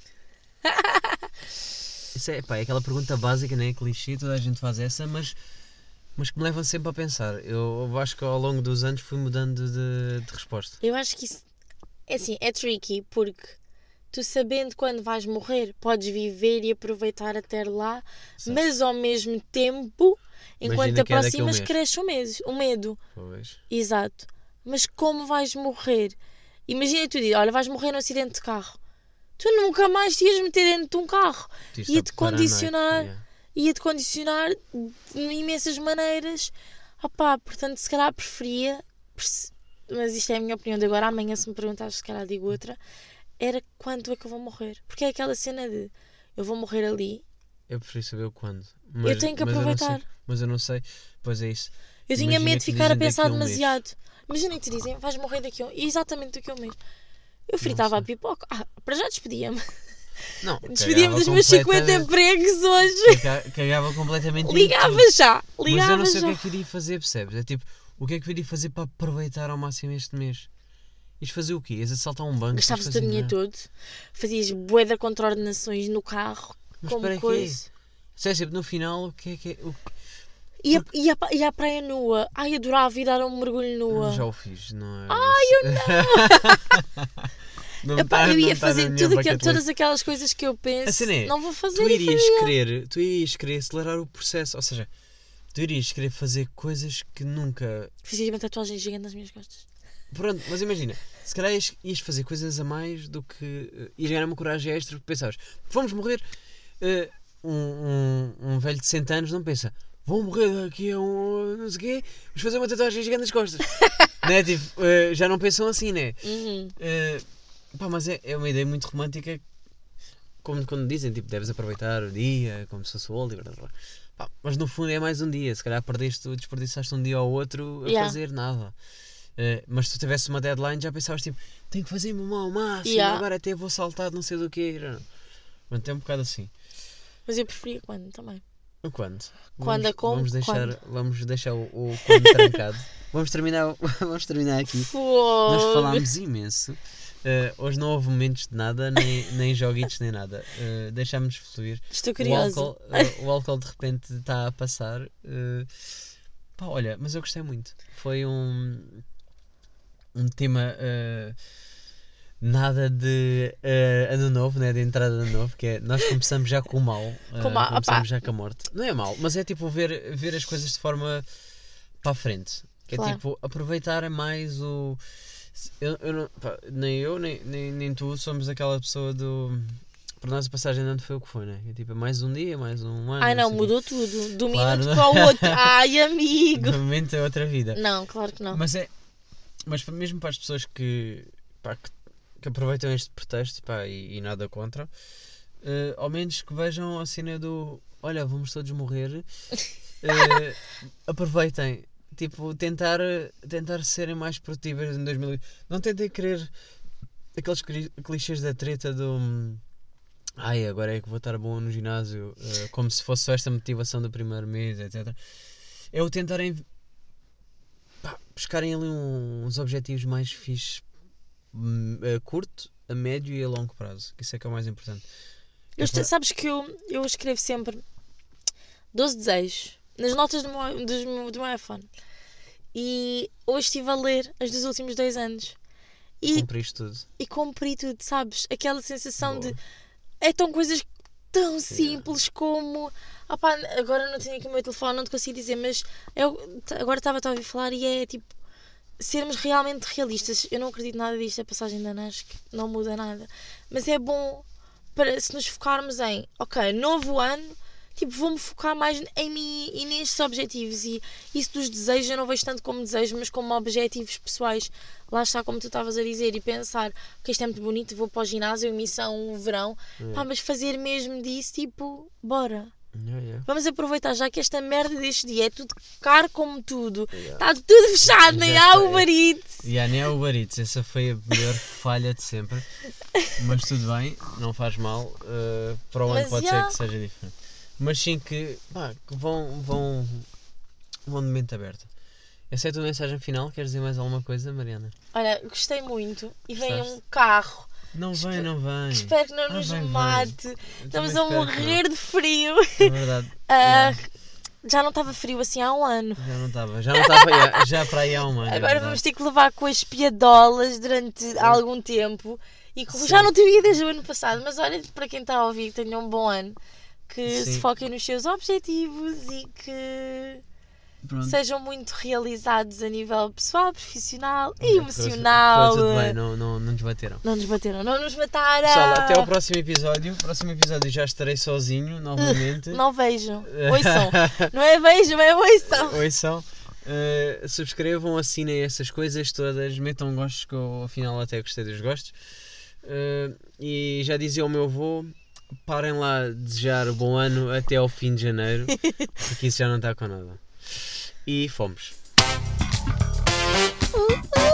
Isso é, pá, é aquela pergunta básica, né? Clichê, toda a gente faz essa, mas, mas que me leva sempre a pensar. Eu, eu acho que ao longo dos anos fui mudando de, de resposta. Eu acho que isso, é assim, é tricky, porque tu sabendo quando vais morrer, podes viver e aproveitar até lá, Certo. mas ao mesmo tempo, enquanto Imagina te que é daqui a um aproximas, mês. cresce o medo, o medo. Pois. Exato. Mas como vais morrer? Imagina tu dizes, olha, vais morrer num acidente de carro. Tu nunca mais te ias meter dentro de um carro. Isto Ia-te é para a noite, condicionar. yeah. Ia-te condicionar de imensas maneiras. Opá, portanto, se calhar preferia, perce- mas isto é a minha opinião de agora, amanhã se me perguntares, se calhar digo outra, era quando é que eu vou morrer. Porque é aquela cena de, eu vou morrer ali, Eu prefiro saber o quando. eu tenho que mas eu não sei- aproveitar. mas eu não sei. Pois é isso. Eu tinha Imagina medo de que ficar a dizem daqui pensar a um mês. demasiado. Imagina que te dizem, vais morrer daqui a um... Exatamente daqui a um mês. Eu fritava a sei. pipoca. Ah, para já despedia-me. Não, Despedia-me cagava dos meus cinquenta completamente- empregos hoje. caga- Cagava completamente em Ligava tudo. já. Mas eu Ligava não sei já. o que é que iria fazer, percebes? É tipo, o que é que eu iria fazer para aproveitar ao máximo este mês? Ias fazer o quê? Ias assaltar um banco? Gastavas o Ias teu fazer dinheiro nada? todo. Fazias bué de contraordenações no carro. Mas como para quê? coisa. Se é sempre no final, o que é que é? O... E a, e, a, e a praia nua. Ai, adorava ir dar um mergulho nua. Já o fiz, não é? Ai, eu não! Epá, tá- eu ia tá fazer na minha tudo bucket aquilo, list. todas aquelas coisas que eu penso. A cena é, não vou fazer Tu e irias faria. querer, tu irias querer acelerar o processo, ou seja, tu irias querer fazer coisas que nunca... Fiz uma tatuagem gigante nas minhas costas. Pronto, mas imagina, se calhar ias, ias fazer coisas a mais do que... Uh, ias ganhar uma coragem extra, porque pensavas, vamos morrer... Uh, um, um, um velho de cem anos não pensa, vou morrer daqui a um... não sei o quê, vamos fazer uma tatuagem gigante nas costas. Né? Tipo, uh, já não pensam assim, né? Uhum. Uh, pá, mas é, é uma ideia muito romântica, como quando dizem, tipo, deves aproveitar o dia, como se fosse o último. Pá, mas no fundo é mais um dia, se calhar perdeste, desperdiçaste um dia ou outro a Yeah. fazer nada. Uh, mas se tu tivesse uma deadline já pensavas tipo, tenho que fazer mesmo ao máximo, Yeah. agora até vou saltar de não sei do que. Pronto, é um bocado assim. Mas eu preferia quando também. O quando? Quando vamos, a com- vamos deixar, quando? vamos deixar o, o quando trancado. Vamos terminar, o- vamos terminar aqui. Nós Fogo. falámos imenso. Uh, hoje não houve momentos de nada, nem, nem joguitos, nem nada. Uh, deixámos fluir. Estou O curiosa. álcool, uh, o álcool de repente está a passar. Uh, pá, olha, mas eu gostei muito. Foi um, um tema uh, nada de uh, ano novo, né? De entrada de ano novo, que é nós começamos já com o mal. Uh, Com o mal, começamos opá. já com a morte. Não é mal, mas é tipo ver, ver as coisas de forma para a frente. Que Claro. é tipo aproveitar mais o. Eu, eu não, pá, nem eu, nem, nem, nem tu somos aquela pessoa do. Para nós a passagem de ano foi o que foi, né? É tipo, é mais um dia, mais um ano. Ai não, sei o mudou tudo. Do Claro, minuto não? para o outro. Ai, quê. amigo. De momento é outra vida. Não, claro que não. Mas é. Mas mesmo para as pessoas que. Pá, que, que aproveitam este pretexto, pá, e, e nada contra, eh, ao menos que vejam a cena do. Olha, vamos todos morrer. eh, aproveitem. Tipo, tentar, tentar serem mais produtivas em dois mil e vinte. Não tentem querer aqueles cli- clichês da treta do hum, ai, agora é que vou estar bom no ginásio, eh, como se fosse só esta motivação do primeiro mês, etcétera. É o tentarem pá, buscarem ali um- uns objetivos mais fixes hum, a curto, a médio e a longo prazo. Que isso é que é o mais importante. Eu este- sabes que eu, eu escrevo sempre doze desejos nas notas do meu, dos meu- do meu iPhone. E hoje estive a ler as dos últimos dois anos. E, Cumpriste tudo. e cumpri tudo, sabes? Aquela sensação Boa. de. É tão coisas tão simples como. Opá, agora não tenho aqui o meu telefone, não te consigo dizer, mas eu t- agora estava a ouvir falar e é tipo. Sermos realmente realistas. Eu não acredito nada disto, a passagem da N A S, que não muda nada. Mas é bom para se nos focarmos em, ok, novo ano, tipo, vou-me focar mais em mim e nestes objetivos. E isso dos desejos eu não vejo tanto como desejos, mas como objetivos pessoais. Lá está, como tu estavas a dizer, e pensar que isto é muito bonito, vou para o ginásio, missão verão, Yeah. pá, mas fazer mesmo disso, tipo, bora. Yeah, yeah. Vamos aproveitar, já que esta merda deste dia é tudo caro como tudo, Yeah. está tudo fechado, nem Já há está, Uber Eats. E a Neo Uber Eats, essa foi a melhor falha de sempre. Mas tudo bem, não faz mal. uh, para o ano Mas, pode já. ser que seja diferente. Mas sim que, pá, que vão, vão, vão de mente aberta. Essa é a tua mensagem final? Queres dizer mais alguma coisa, Mariana? Olha, gostei muito e vem Gostaste? um carro. Não vem, não vem. Espero que não Ah, nos vem, vem. mate. Eu Estamos também a espero que morrer de frio. não. É verdade. Ah, Yeah, já não estava frio assim há um ano. já não estava. Já não estava já, já para aí há um ano. é Agora verdade. vamos ter que levar com as piadolas durante algum tempo. E como Sim. já não tive desde o ano passado. Mas olha, para quem está a ouvir, que tenha um bom ano. Que Sim. se foquem nos seus objetivos e que Pronto. sejam muito realizados a nível pessoal, profissional e Correu- emocional. correu tudo bem, não, não, não nos bateram. Não nos bateram, não nos mataram. Pessoal, até ao próximo episódio. Próximo episódio já estarei sozinho novamente. Não vejam, ouçam. Não é vejam, é ouçam. Ouçam. Uh, subscrevam, assinem essas coisas todas, metam gostos, que eu afinal até gostei dos gostos. Uh, e já dizia o meu avô: parem lá de desejar bom ano até ao fim de janeiro, porque isso já não está com nada. E fomos. Uh, uh.